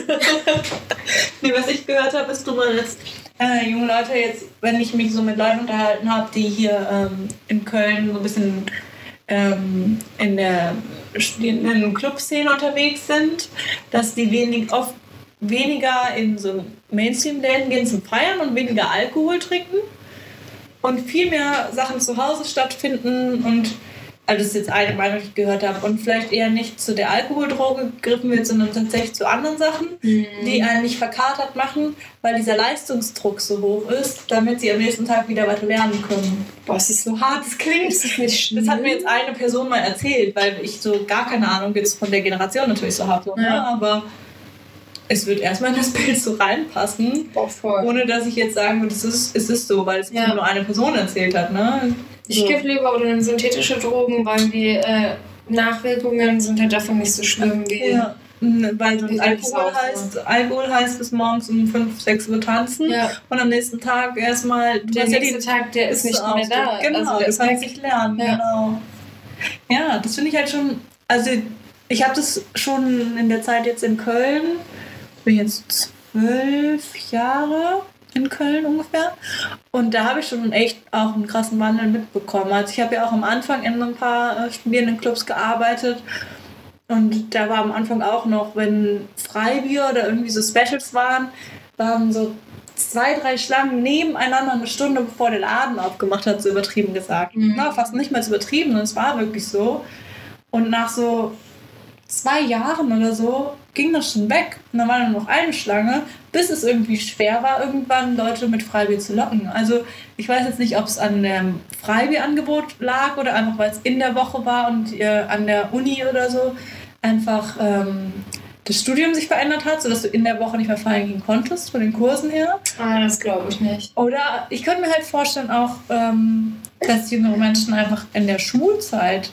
Nee, was ich gehört habe, ist, du meinst, äh, junge Leute, jetzt, wenn ich mich so mit Leuten unterhalten habe, die hier ähm, in Köln so ein bisschen ähm, in der studierenden Clubszene unterwegs sind, dass die wenig, oft weniger in so Mainstream-Läden gehen zum Feiern und weniger Alkohol trinken und viel mehr Sachen zu Hause stattfinden und, also das ist jetzt eine Meinung, die ich gehört habe, und vielleicht eher nicht zu der Alkoholdroge gegriffen wird, sondern tatsächlich zu anderen Sachen, mhm. die einen nicht verkatert machen, weil dieser Leistungsdruck so hoch ist, damit sie am nächsten Tag wieder weiter lernen können. Boah, es ist so hart, das klingt das ist nicht schlimm. Das hat mir jetzt eine Person mal erzählt, weil ich so gar keine Ahnung jetzt von der Generation natürlich so habe, so, ja. ne? Aber es wird erstmal in das Bild so reinpassen, Boah, voll. ohne dass ich jetzt sagen würde, es ist, es ist so, weil es ja. nur eine Person erzählt hat. Ne? Ich so. gebe lieber oder synthetische Drogen, weil die äh, Nachwirkungen sind halt davon nicht so schlimm wie... Ja. Weil so Alkohol heißt, Alkohol heißt bis morgens um fünf, sechs Uhr tanzen ja. und am nächsten Tag erstmal... Der nächste ja Tag, der ist nicht mehr da. Genau, also der das kannst nicht lernen. Ja, genau. Ja, das finde ich halt schon... Also ich habe das schon in der Zeit jetzt in Köln... Ich bin jetzt zwölf Jahre in Köln ungefähr. Und da habe ich schon echt auch einen krassen Wandel mitbekommen. Also ich habe ja auch am Anfang in ein paar Studierendenclubs gearbeitet. Und da war am Anfang auch noch, wenn Freibier oder irgendwie so Specials waren, waren so zwei, drei Schlangen nebeneinander eine Stunde, bevor der Laden aufgemacht hat, so übertrieben gesagt. Mhm. Na, fast nicht mehr so übertrieben, und es war wirklich so. Und nach so zwei Jahren oder so ging das schon weg. Und dann war nur noch eine Schlange, bis es irgendwie schwer war, irgendwann Leute mit Freibier zu locken. Also ich weiß jetzt nicht, ob es an dem Freibierangebot lag oder einfach, weil es in der Woche war und äh, an der Uni oder so einfach ähm, das Studium sich verändert hat, sodass du in der Woche nicht mehr feiern gehen konntest, von den Kursen her. Ah, das glaube ich nicht. Oder ich könnte mir halt vorstellen auch, ähm, dass jüngere Menschen einfach in der Schulzeit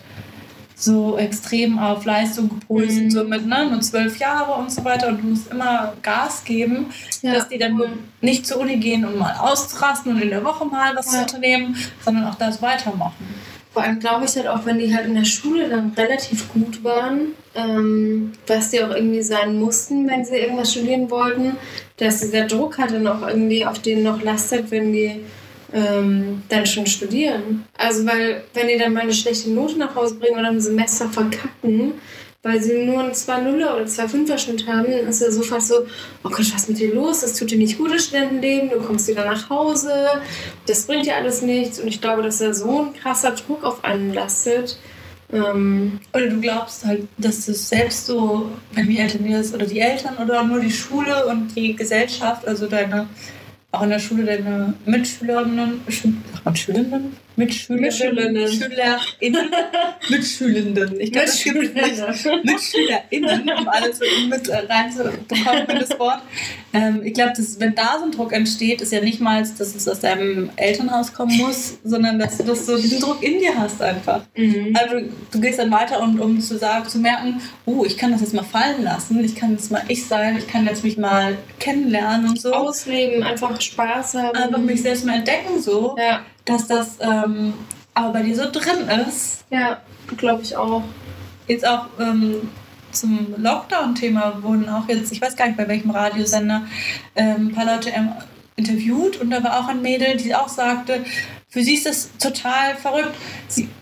so extrem auf Leistung gepolt sind, mhm. so mit, ne, nur zwölf Jahre und so weiter, und du musst immer Gas geben, ja, dass die dann cool. nicht zur Uni gehen, um mal auszurasten und in der Woche mal was ja. zu unternehmen, sondern auch das weitermachen. Vor allem glaube ich halt auch, wenn die halt in der Schule dann relativ gut waren, ähm, was die auch irgendwie sein mussten, wenn sie irgendwas studieren wollten, dass dieser Druck halt dann auch irgendwie auf denen noch lastet, wenn die Ähm, dann schon studieren. Also weil, wenn die dann mal eine schlechte Note nach Hause bringen oder ein Semester verkacken, weil sie nur einen zwei Komma nuller oder zwei Komma fünfer Schnitt haben, dann ist ja sofort so, oh Gott, was ist mit dir los? Das tut dir nicht gut, das Studentenleben, du kommst wieder nach Hause, das bringt dir alles nichts. Und ich glaube, dass da so ein krasser Druck auf einen lastet. Ähm, oder du glaubst halt, dass es selbst so, wenn die Eltern das, oder die Eltern oder nur die Schule und die Gesellschaft, also deine auch in der Schule deine Mitschülerinnen, sagt man Schülerinnen? Mitschülerinnen, Mitschülerinnen, SchülerInnen, Mitschülenden. Ich glaube, es gibt nicht MitschülerInnen, um alles mit reinzubekommen in das Wort. Ähm, ich glaube, wenn da so ein Druck entsteht, ist ja nicht mal, dass es aus deinem Elternhaus kommen muss, sondern dass du das so diesen Druck in dir hast einfach. Mhm. Also du, du gehst dann weiter, und um zu sagen, zu merken, oh, ich kann das jetzt mal fallen lassen, ich kann jetzt mal ich sein, ich kann jetzt mich mal kennenlernen und so. Ausleben, einfach Spaß haben. Einfach mich selbst mal entdecken, so. Ja. Dass das ähm, aber bei dir so drin ist. Ja, glaube ich auch. Jetzt auch ähm, zum Lockdown-Thema wurden auch jetzt, ich weiß gar nicht bei welchem Radiosender, ähm, ein paar Leute ähm, interviewt, und da war auch ein Mädel, die auch sagte, für sie ist das total verrückt. Sie,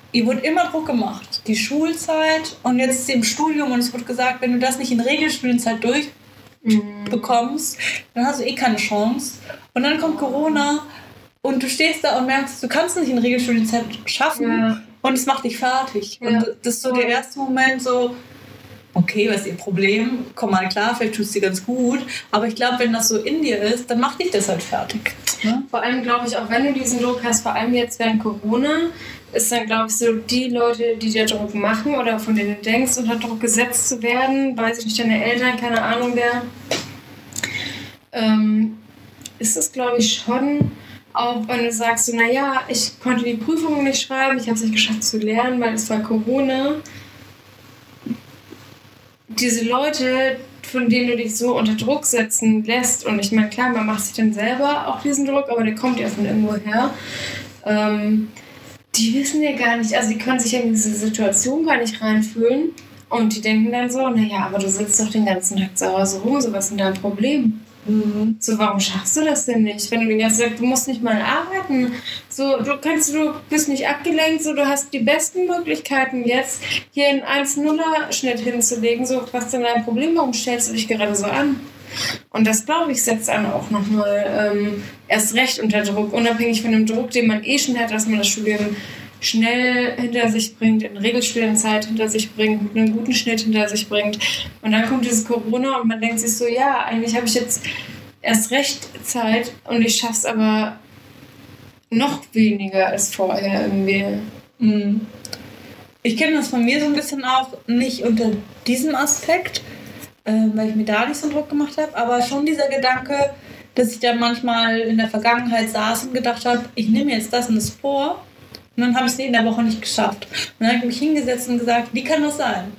ihr wurde immer Druck gemacht. Die Schulzeit und jetzt ist sie im Studium und es wird gesagt, wenn du das nicht in Regelstudienzeit durchbekommst, mhm. dann hast du eh keine Chance. Und dann kommt Corona und du stehst da und merkst, du kannst es nicht in Regelstudienzeit schaffen ja. und es macht dich fertig. Ja. Und das ist so der erste Moment so, okay, was ist ihr Problem? Komm mal klar, vielleicht tust du dir ganz gut. Aber ich glaube, wenn das so in dir ist, dann macht dich das halt fertig. Ja? Vor allem glaube ich, auch wenn du diesen Druck hast, vor allem jetzt während Corona, ist dann, glaube ich, so die Leute, die dir Druck machen oder von denen du denkst, unter Druck gesetzt zu werden, weiß ich nicht, deine Eltern, keine Ahnung wer, ähm, ist es, glaube ich, schon, auch wenn du sagst, so, naja, ich konnte die Prüfungen nicht schreiben, ich habe es nicht geschafft zu lernen, weil es war Corona. Diese Leute, von denen du dich so unter Druck setzen lässt, und ich meine, klar, man macht sich dann selber auch diesen Druck, aber der kommt ja von irgendwo her, ähm, die wissen ja gar nicht, also die können sich in diese Situation gar nicht reinfühlen und die denken dann so, naja, aber du sitzt doch den ganzen Tag zu Hause rum, so was ist denn dein Problem? Mhm. So, warum schaffst du das denn nicht? Wenn du den ganzen Tag, du musst nicht mal arbeiten, so, du kannst, du bist nicht abgelenkt, so, du hast die besten Möglichkeiten jetzt, hier einen eins null Schnitt hinzulegen, so, was ist denn dein Problem, warum stellst du dich gerade so an? Und das, glaube ich, setzt einen auch nochmal ähm, erst recht unter Druck, unabhängig von dem Druck, den man eh schon hat, dass man das Studium schnell hinter sich bringt, in Regelstudienzeit hinter sich bringt, mit einem guten Schnitt hinter sich bringt. Und dann kommt dieses Corona und man denkt sich so, ja, eigentlich habe ich jetzt erst recht Zeit und ich schaffe es aber noch weniger als vorher irgendwie. Mhm. Ich kenne das von mir so ein bisschen auch, nicht unter diesem Aspekt, äh, weil ich mir da nicht so einen Druck gemacht habe, aber schon dieser Gedanke, dass ich dann manchmal in der Vergangenheit saß und gedacht habe, ich nehme jetzt das und das vor und dann habe ich es in der Woche nicht geschafft. Und dann habe ich mich hingesetzt und gesagt, wie kann das sein?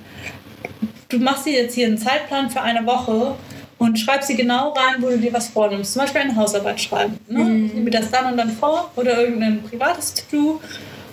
Du machst dir jetzt hier einen Zeitplan für eine Woche und schreibst sie genau rein, wo du dir was vornimmst. Zum Beispiel eine Hausarbeit schreiben. Ne? Mhm. Ich nehme mir das dann und dann vor oder irgendein privates To-Do.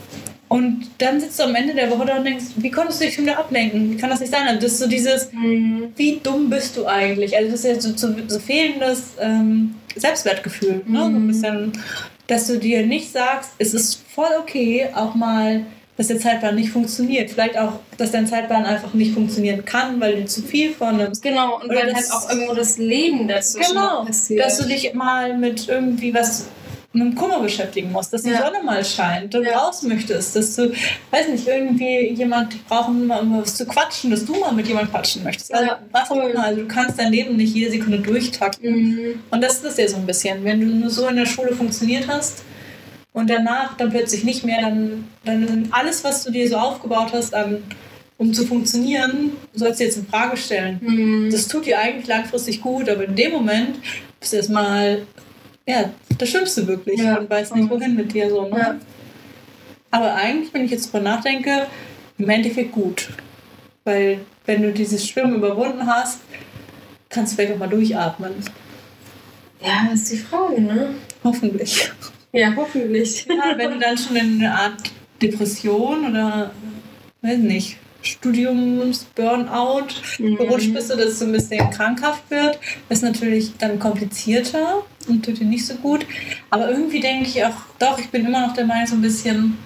Und dann sitzt du am Ende der Woche da und denkst, wie konntest du dich schon wieder ablenken? Wie kann das nicht sein? Also das ist so dieses, mhm. wie dumm bist du eigentlich? Also das ist ja so, so, so fehlendes ähm, Selbstwertgefühl. Ne? Mhm. So ein bisschen, dass du dir nicht sagst, es ist voll okay, auch mal, dass der Zeitplan nicht funktioniert. Vielleicht auch, dass dein Zeitplan einfach nicht funktionieren kann, weil du zu viel vornimmst. Genau, und weil halt auch irgendwo das Leben dazu genau, passiert. Dass du dich mal mit irgendwie was mit dem Kummer beschäftigen musst, dass die ja. Sonne mal scheint, du ja. raus möchtest, dass du, weiß nicht, irgendwie jemand braucht mal um was zu quatschen, dass du mal mit jemandem quatschen möchtest. Also, ja. was auch immer. Also du kannst dein Leben nicht jede Sekunde durchtakten. Mhm. Und das ist es ja so ein bisschen. Wenn du nur so in der Schule funktioniert hast und danach dann plötzlich nicht mehr, dann, dann alles, was du dir so aufgebaut hast, an, um zu funktionieren, sollst du jetzt in Frage stellen. Mhm. Das tut dir eigentlich langfristig gut, aber in dem Moment bist du erstmal, ja, da schwimmst du wirklich ja. und weißt nicht, wohin mit dir. So, ne? Ja. Aber eigentlich, wenn ich jetzt drüber nachdenke, im Endeffekt gut. Weil wenn du dieses Schwimmen überwunden hast, kannst du vielleicht auch mal durchatmen. Ja, das ist die Frage, ne? Hoffentlich. Ja, hoffentlich. Ja, wenn du dann schon in eine Art Depression oder, weiß nicht, Studiums-Burnout mhm. gerutscht bist, dass es so ein bisschen krankhaft wird, ist natürlich dann komplizierter und tut dir nicht so gut. Aber irgendwie denke ich auch, doch, ich bin immer noch der Meinung, so ein bisschen,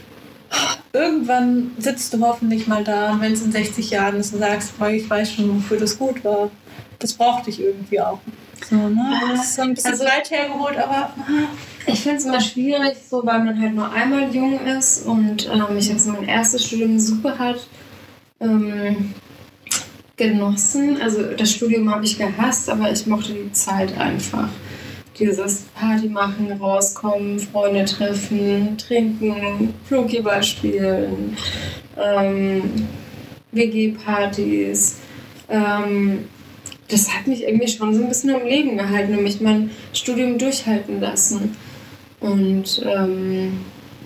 irgendwann sitzt du hoffentlich mal da und wenn es in sechzig Jahren ist und sagst, oh, ich weiß schon, wofür das gut war. Das brauchte ich irgendwie auch. So, ne? Das ist so ein bisschen also, weit hergeholt, aber... Ich finde es immer schwierig, so, weil man halt nur einmal jung ist und ähm, ich jetzt mein erstes Studium super hat ähm, genossen. Also das Studium habe ich gehasst, aber ich mochte die Zeit einfach. Dieses Party machen, rauskommen, Freunde treffen, trinken, Flunkyball spielen, ähm, W G-Partys. Ähm, das hat mich irgendwie schon so ein bisschen am Leben gehalten und mich mein Studium durchhalten lassen. Und ähm,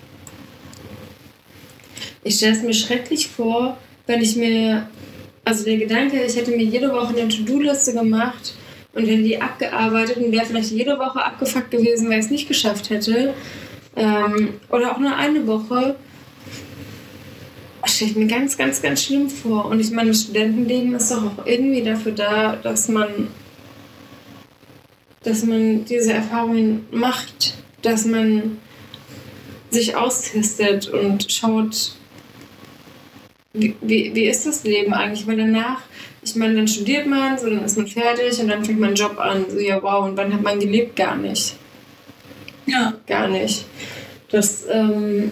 ich stelle es mir schrecklich vor, wenn ich mir, also der Gedanke, ich hätte mir jede Woche eine To-Do-Liste gemacht und hätte die abgearbeitet und wäre vielleicht jede Woche abgefuckt gewesen, weil ich es nicht geschafft hätte. Ähm, oder auch nur eine Woche. Das stelle ich mir ganz, ganz, ganz schlimm vor. Und ich meine, das Studentenleben ist doch auch irgendwie dafür da, dass man, dass man diese Erfahrungen macht, dass man sich austestet und schaut, wie, wie, wie ist das Leben eigentlich? Weil danach, ich meine, dann studiert man, so, dann ist man fertig und dann fängt man einen Job an. So, ja, wow, und wann hat man gelebt? Gar nicht. Ja. Gar nicht. Das, ähm,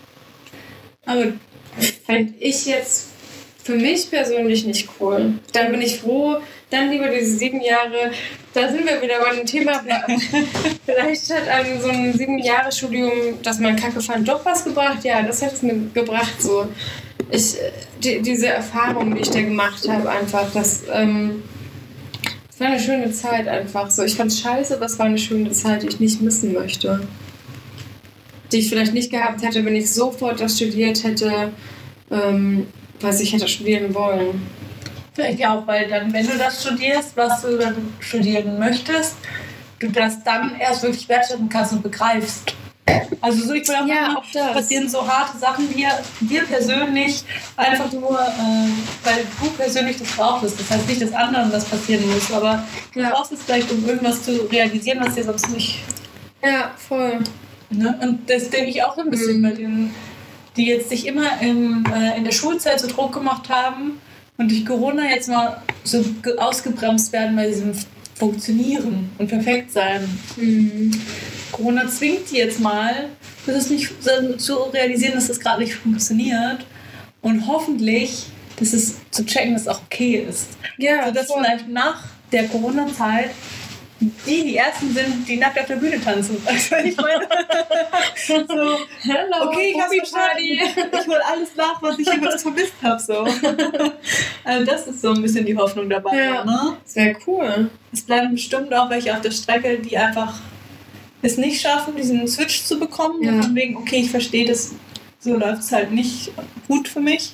aber fände ich jetzt für mich persönlich nicht cool. Dann bin ich froh, dann lieber diese sieben Jahre, da sind wir wieder bei dem Thema, vielleicht hat einem so ein sieben-Jahre-Studium, dass man Kacke fand, doch was gebracht. Ja, das hat es mir gebracht, so. Ich, die, diese Erfahrung, die ich da gemacht habe, einfach, das, ähm, das war eine schöne Zeit einfach so. Ich fand es scheiße, aber es war eine schöne Zeit, die ich nicht missen möchte. Die ich vielleicht nicht gehabt hätte, wenn ich sofort das studiert hätte, ähm, was ich hätte studieren wollen. Vielleicht ja auch, weil dann, wenn du das studierst, was du dann studieren möchtest, du das dann erst wirklich wertschätzen kannst und begreifst. Also so, ich will auch ja, auch das. Passieren so harte Sachen, die wir persönlich einfach nur, äh, weil du persönlich das brauchst. Das heißt nicht, dass anderen das passieren muss, aber du ja. brauchst es vielleicht, um irgendwas zu realisieren, was dir sonst nicht... Ja, voll. Ne? Und das denke ich auch ein bisschen mhm. bei denen, die jetzt sich immer im, äh, in der Schulzeit so Druck gemacht haben und durch Corona jetzt mal so ge- ausgebremst werden bei diesem Funktionieren und Perfektsein. Mhm. Corona zwingt die jetzt mal, das ist nicht so, zu realisieren, dass das gerade nicht funktioniert und hoffentlich, dass es zu checken, dass es auch okay ist. Ja, sodass voll. Vielleicht nach der Corona-Zeit die die Ersten sind, die nackt auf der Bühne tanzen. Also ich meine, so, hello, okay, ich hab's verstanden. Ich hole alles nach, was ich jemals vermisst habe. So. Also das ist so ein bisschen die Hoffnung dabei. Ja, ne? Sehr cool. Es bleiben bestimmt auch welche auf der Strecke, die einfach es nicht schaffen, diesen Switch zu bekommen. Ja. Von wegen, okay, ich verstehe das, so läuft es halt nicht gut für mich.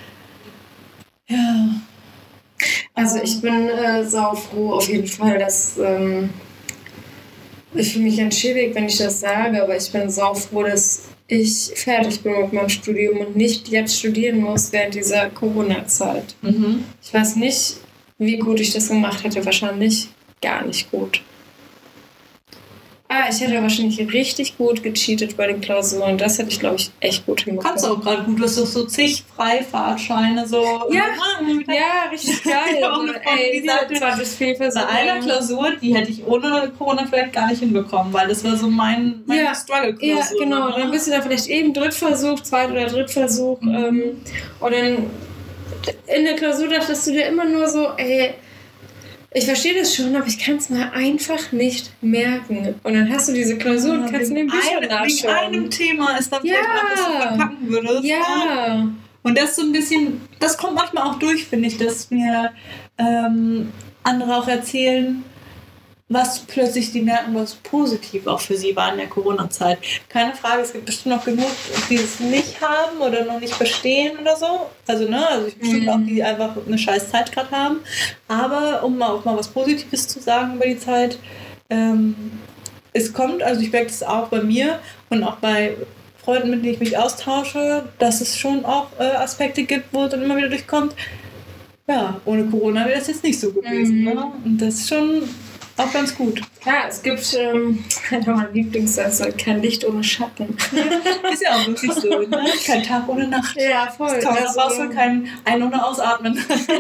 Ja. Also ich bin äh, saufroh auf jeden Fall, dass ähm, ich fühle mich entschädigt, wenn ich das sage, aber ich bin saufroh, dass ich fertig bin mit meinem Studium und nicht jetzt studieren muss während dieser Corona-Zeit. Mhm. Ich weiß nicht, wie gut ich das gemacht hätte. Wahrscheinlich gar nicht gut. Ah, ich hätte wahrscheinlich richtig gut gecheatet bei den Klausuren. Das hätte ich, glaube ich, echt gut hinbekommen. Kannst du auch gerade gut. Du hast doch so zig Freifahrtscheine. So ja, ja, richtig geil. Also, ey, die sagte, zwar das bei einer Klausur, die hätte ich ohne Corona vielleicht gar nicht hinbekommen, weil das war so mein, mein ja, Struggle-Klausur. Ja, genau. Ne? Dann bist du da vielleicht eben Drittversuch, Zweit- oder Drittversuch. Mhm. Ähm, und dann in der Klausur dachtest du dir immer nur so, ey, ich verstehe das schon, aber ich kann es mir einfach nicht merken. Und dann hast du diese Klausur und ja, kannst in den Büchern nachschauen. Wegen einem Thema ist dann ja. vielleicht was du verpacken würdest. Ja. Und das so ein bisschen, das kommt manchmal auch durch, finde ich, dass mir ähm, andere auch erzählen, was plötzlich die merken, was positiv auch für sie war in der Corona-Zeit. Keine Frage, es gibt bestimmt noch genug, die es nicht haben oder noch nicht verstehen oder so. Also, ne, also ich bestimmt mhm. auch, die einfach eine scheiß Zeit gerade haben. Aber um mal auch mal was Positives zu sagen über die Zeit, ähm, es kommt, also ich merke das auch bei mir und auch bei Freunden, mit denen ich mich austausche, dass es schon auch äh, Aspekte gibt, wo es dann immer wieder durchkommt. Ja, ohne Corona wäre das jetzt nicht so gewesen. Mhm. Ne? Und das ist schon auch ganz gut. Ja, es gibt, ähm, mein Lieblingssatz, kein Licht ohne Schatten. Ist ja auch wirklich so, ne? Kein Tag ohne Nacht. Ja, voll. Das kann man also, raus, kein Ein- ohne Ausatmen.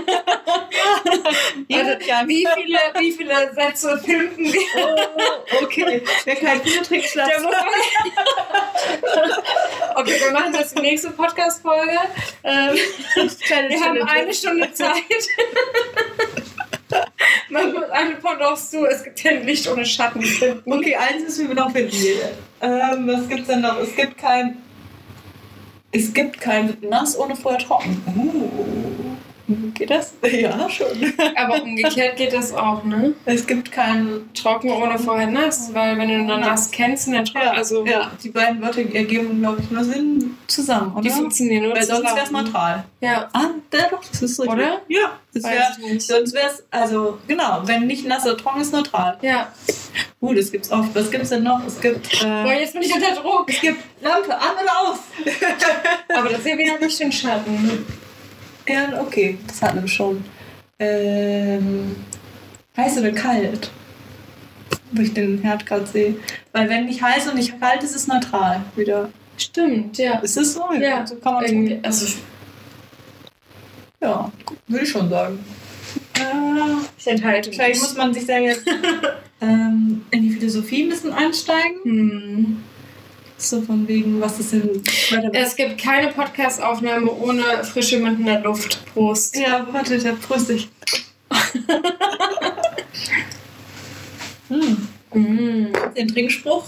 Also, wie, viele, wie viele Sätze finden wir? Oh, okay. Wer keinen Videotrick schafft. Okay, wir machen das die nächste Podcast-Folge. Ähm, wir haben eine Stunde Zeit. Man muss eine Pendant zu, es gibt kein Licht ohne Schatten finden. Okay, eins müssen wir noch finden. Ähm, was gibt's denn noch? Es gibt kein... Es gibt kein nass ohne vorher trocken. Uh. Geht das? Ja, schon. Aber umgekehrt geht das auch, ne? Es gibt kein trocken ohne vorher nass, weil wenn du dann nass kennst, dann trocken. Ja, also ja, die beiden Wörter ergeben, glaube ich, nur Sinn zusammen, oder? Die funktionieren nur weil zusammen. sonst wäre es neutral. Ja. Ah, ja, doch, das ist richtig. Oder? Ja. Das wär, sonst wäre es, also genau, wenn nicht nass oder trocken ist, neutral. Ja. Uh, das gibt's oft. Was gibt's denn noch? Es gibt. Äh, Boah, jetzt bin ich unter Druck. Es gibt Lampe an oder aus. Aber das ist ja wieder nicht den Schatten. Ne? Ja, okay, das hatten wir schon. Ähm, heiß oder kalt? Wo ich den Herd gerade sehe. Weil wenn nicht heiß und nicht kalt ist, ist es neutral. Wieder. Stimmt, ja. Ist es so? Ja, so kann man irgendwie, also ja, würde ich schon sagen. Äh, ich enthalte vielleicht mich. muss man sich da jetzt ähm, in die Philosophie ein bisschen einsteigen. Hm. So von wegen, was ist denn weiter? Es gibt keine Podcast-Aufnahme ohne frische Wind in der Luft. Prost. Ja, warte, da fröstig. hm. Mm. Den Trinkspruch.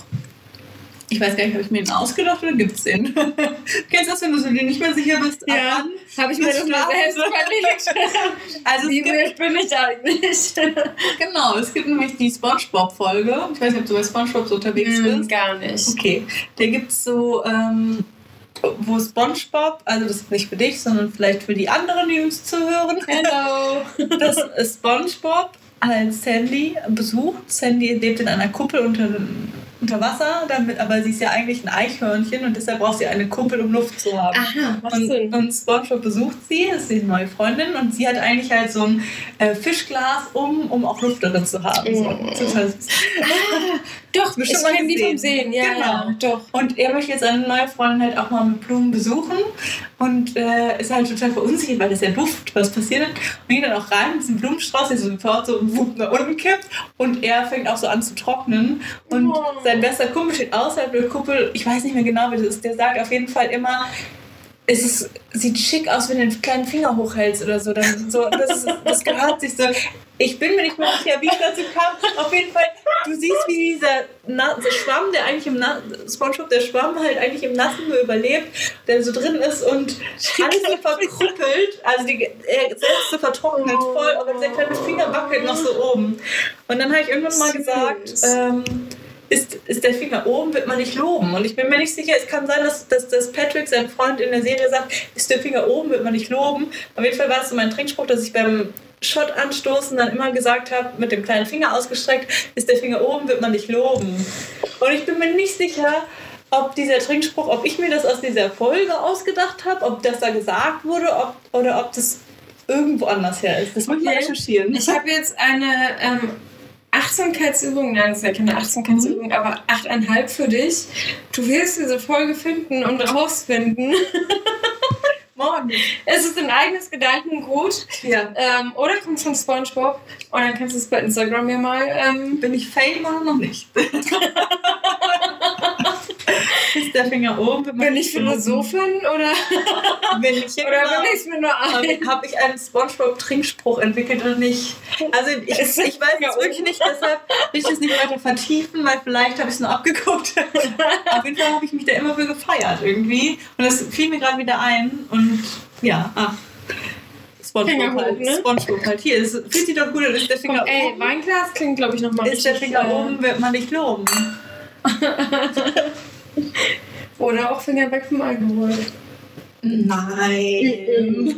Ich weiß gar nicht, habe ich mir den ausgedacht oder gibt es den? Kennst du das, wenn du so dir nicht mehr sicher bist? Ja, habe ich mir das mal selbst überlegt. Also Wie es gibt, wild bin ich eigentlich? genau, es gibt nämlich die Spongebob-Folge. Ich weiß nicht, ob du bei Spongebob so unterwegs mm, bist. gar nicht. Okay, da gibt es so, ähm, wo Spongebob, also das ist nicht für dich, sondern vielleicht für die anderen, die uns zuhören. Hello. Das ist Spongebob als Sandy besucht. Sandy lebt in einer Kuppel unter, unter Wasser, damit, aber sie ist ja eigentlich ein Eichhörnchen und deshalb braucht sie eine Kuppel, um Luft zu haben. Aha, macht Und, Sinn. und Spongebob besucht sie, das ist die neue Freundin, und sie hat eigentlich halt so ein äh, Fischglas um, um auch Luft darin zu haben. So, Mm. total süß. Ah, doch, Bestimmt ich mal kenne die gesehen. vom Sehen. Ja, Genau. ja, doch. Und er möchte jetzt seine neue Freundin halt auch mal mit Blumen besuchen und äh, ist halt total verunsichert, weil das ja Duft, was passiert. Und geht dann auch rein mit diesem Blumenstrauß, der so sofort so wupp nach unten kippt und er fängt auch so an zu trocknen. Und Oh. sein bester Kumpel steht außerhalb der Kuppel, ich weiß nicht mehr genau, wie das ist, der sagt auf jeden Fall immer, es ist, sieht schick aus, wenn du den kleinen Finger hochhältst oder so. Dann so das, ist, das gehört sich so. Ich bin mir nicht mehr sicher, wie ich dazu kam. Auf jeden Fall, du siehst, wie dieser Na- der Schwamm, der eigentlich im Na- Spongebob, der Schwamm halt eigentlich im Nassen nur überlebt, der so drin ist und alles so verkrüppelt. Also die, er selbst so vertrocknet voll, aber der kleine Finger wackelt noch so oben. Und dann habe ich irgendwann mal Süß. gesagt, ähm, Ist, ist der Finger oben, wird man nicht loben. Und ich bin mir nicht sicher, es kann sein, dass, dass, dass Patrick, sein Freund in der Serie, sagt, ist der Finger oben, wird man nicht loben. Auf jeden Fall war es so mein Trinkspruch, dass ich beim Shot anstoßen dann immer gesagt habe, mit dem kleinen Finger ausgestreckt, ist der Finger oben, wird man nicht loben. Und ich bin mir nicht sicher, ob dieser Trinkspruch, ob ich mir das aus dieser Folge ausgedacht habe, ob das da gesagt wurde, ob, oder ob das irgendwo anders her ist. Das muss ich mal Okay. recherchieren. Ich habe jetzt eine ähm, Achtsamkeitsübung, nein, das ist ja keine Achtsamkeitsübung, aber achteinhalb für dich. Du wirst diese Folge finden und rausfinden. Morgen. Es ist ein eigenes Gedankengut. Ja. Ähm, oder kommt von Spongebob. Und dann kannst du es bei Instagram ja mal. Ähm, Bin ich Fame oder noch nicht? Ist der Finger oben? Wird man bin nicht ich Philosophin oder, Bin ich oder bin ich es mir nur ein? Habe ich einen Spongebob-Trinkspruch entwickelt oder nicht? Also ich, Ist ich weiß Finger es wirklich oben? nicht, deshalb will ich das nicht weiter vertiefen, weil vielleicht habe ich es nur abgeguckt. Auf jeden Fall habe ich mich da immer für gefeiert irgendwie. Und das fiel mir gerade wieder ein. Und ja, ach. Finger Spongebob hoch, halt. ne? Spongebob halt. Hier, es fühlt sich doch gut an. Ist der Finger Komm, ey, oben? Weinglas klingt, glaube ich, nochmal Ist der Finger oben, wird man nicht loben. Oder auch Finger weg vom Alkohol. Nein.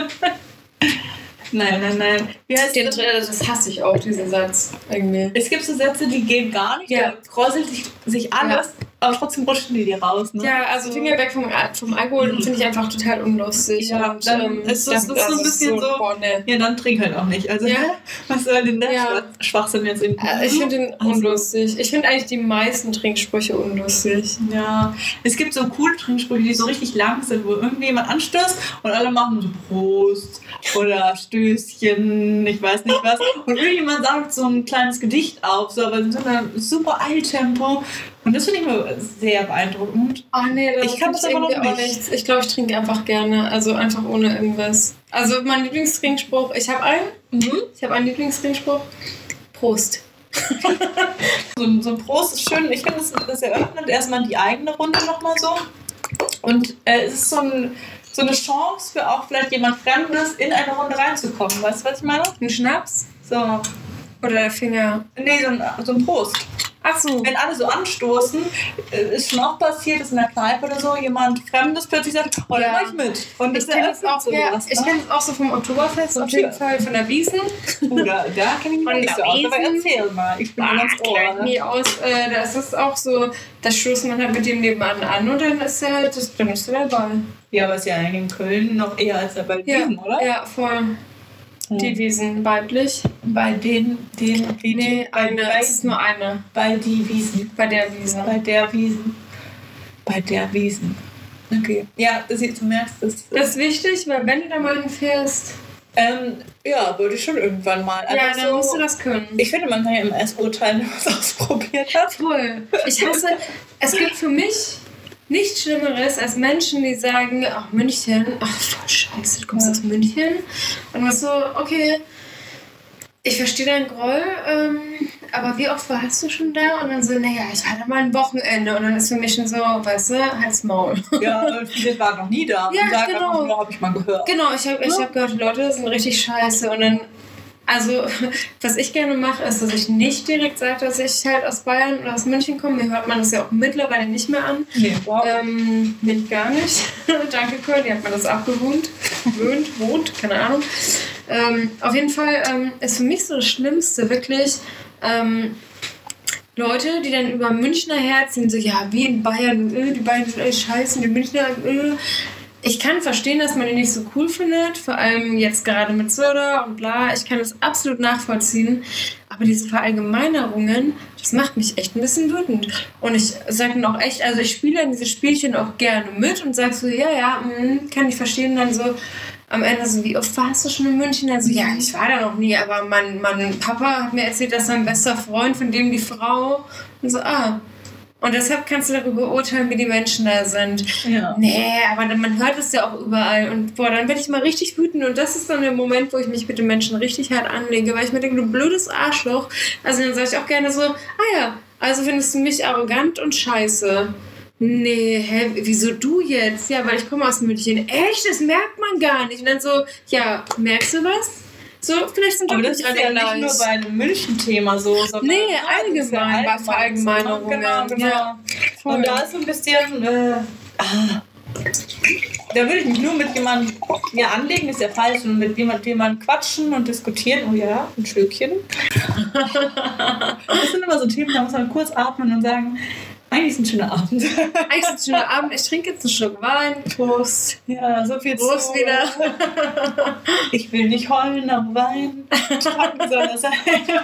Nein, nein, nein. Wie heißt Den, das? das hasse ich auch, diesen Satz. Irgendwie. Es gibt so Sätze, die gehen gar nicht. Ja. Da kräuselt sich, sich alles, aber trotzdem rutschen die dir raus. Ne? Ja, also Finger weg vom, Al- vom Alkohol finde ich einfach total unlustig. Ja, und, dann ähm, ist das- das ist so ein bisschen so- Boah, nee. Ja, dann trink halt auch nicht. Also, Ja? was soll denn der Ja. Schwach- Schwachsinn jetzt irgendwie? Äh, Ich finde den Also- unlustig. Ich finde eigentlich die meisten Trinksprüche unlustig. Ja, es gibt so coole Trinksprüche, die so richtig lang sind, wo irgendjemand anstößt und alle machen so Prost oder Stößchen, ich weiß nicht was. Und irgendjemand sagt so ein kleines Gedicht auf, so, aber in so einem super Eiltempo. Und das finde ich mir sehr beeindruckend. Oh nee, das Ich kann das find aber noch irgendwie auch nicht. nichts. Ich glaube, ich trinke einfach gerne. Also einfach ohne irgendwas. Also mein Lieblingstrinkspruch, ich habe einen. Mhm. Ich habe einen Lieblingstrinkspruch. Prost. So, ein- so ein Prost ist schön. Ich finde, das, das eröffnet erstmal die eigene Runde nochmal so. Und äh, es ist so, ein, so eine Chance für auch vielleicht jemand Fremdes in eine Runde reinzukommen. Weißt du, was ich meine? Ein Schnaps? So, Oder der Finger? nee, so ein, so ein Prost. Ach so. Wenn alle so anstoßen, äh, ist schon auch passiert, dass in der Kneipe oder so jemand Fremdes plötzlich sagt, oh, dann Ja. mach ich mit. Und Ich das kenne das eröffnet auch, ja, sowas, ich ne? kenn das auch so vom Oktoberfest, auf jeden Fall von der Wiesn. Oder da kenne ich mich Von nicht so der aus. Aber Wiesn. erzähl mal, ich bin Ah, ganz kenn ich ohr. mich aus. Äh, da ist es auch so, da stoßt man halt mit dem nebenan an und dann ist er halt, das, dann ist er dabei. Ja, aber ist ja eigentlich in Köln noch eher als bei Ja, Wiesen, oder? ja, voll. Die Wiesen, weiblich. Bei den, den, die, Nee, bei, eine, bei, es ist nur eine. bei die Wiesen. Bei der Wiesen. Bei der Wiesen. Bei der Wiesen. Okay. Ja, das jetzt, du merkst das. Das ist wichtig, weil wenn du da mal hinfährst... Ähm, ja, würde ich schon irgendwann mal. Ja, also dann so, musst du das können. Ich finde, man kann ja immer erst urteilen, wenn man es ausprobiert hat. Voll. Ich hasse, es gibt für mich nichts Schlimmeres als Menschen, die sagen, ach, München, ach, voll scheiße, du kommst ja. aus München. Und du so, okay, ich verstehe deinen Groll, ähm, aber wie oft warst du schon da? Und dann so, naja, ich war da mal ein Wochenende. Und dann ist für mich schon so, weißt du, halt's Maul. Ja, viele waren noch nie da. Ja, und sagen genau. Einfach nur, habe ich mal gehört. Genau, ich habe ich hab gehört, die Leute sind richtig scheiße. Und dann, also, was ich gerne mache, ist, dass ich nicht direkt sage, dass ich halt aus Bayern oder aus München komme. Mir hört man das ja auch mittlerweile nicht mehr an. Nee, überhaupt ähm, nicht gar nicht. Danke, Kurt, die hat mir das abgewohnt. Wohnt, wohnt, keine Ahnung. Ähm, auf jeden Fall ähm, ist für mich so das Schlimmste wirklich ähm, Leute, die dann über Münchner herziehen, so ja, wie in Bayern, äh, die Bayern sind echt scheiße, die Münchner, äh. Ich kann verstehen, dass man die nicht so cool findet, vor allem jetzt gerade mit Söder und bla, ich kann das absolut nachvollziehen, aber diese Verallgemeinerungen, das macht mich echt ein bisschen wütend. Und ich sage dann auch echt, also ich spiele dann diese Spielchen auch gerne mit und sage so, ja, ja, mh, kann ich verstehen, dann so am Ende so, wie oft warst du schon in München? Also ja, ich war da noch nie, aber mein, mein Papa hat mir erzählt, dass sein bester Freund, von dem die Frau, und so, ah. Und deshalb kannst du darüber urteilen, wie die Menschen da sind. Ja. Nee, aber man hört es ja auch überall. Und boah, dann werde ich mal richtig wütend. Und das ist dann der Moment, wo ich mich mit den Menschen richtig hart anlege. Weil ich mir denke, du blödes Arschloch. Also dann sage ich auch gerne so, ah ja, also findest du mich arrogant und scheiße. Nee, hä, wieso du jetzt? Ja, weil ich komme aus München. Echt? Das merkt man gar nicht. Und dann so, ja, merkst du was? So, vielleicht sind aber doch das nicht ist alle ja gleich. nicht nur bei einem München-Thema so, sondern nee, ja, allgemein, ja bei Verallgemeinerungen. Genau, genau. Ja, und da ist so ein bisschen, äh, ah, da würde ich mich nur mit jemandem ja, anlegen, ist ja falsch, und mit jemandem jemand quatschen und diskutieren. Oh ja, ein Schlückchen. Das sind immer so Themen, da muss man kurz atmen und sagen, eigentlich ist ein schöner Abend. Eigentlich ist ein schöner Abend. Ich trinke jetzt einen Schluck Wein. Prost. Ja, so viel Prost zu. wieder. Ich will nicht heulen, aber weinen. Trocken soll das sein.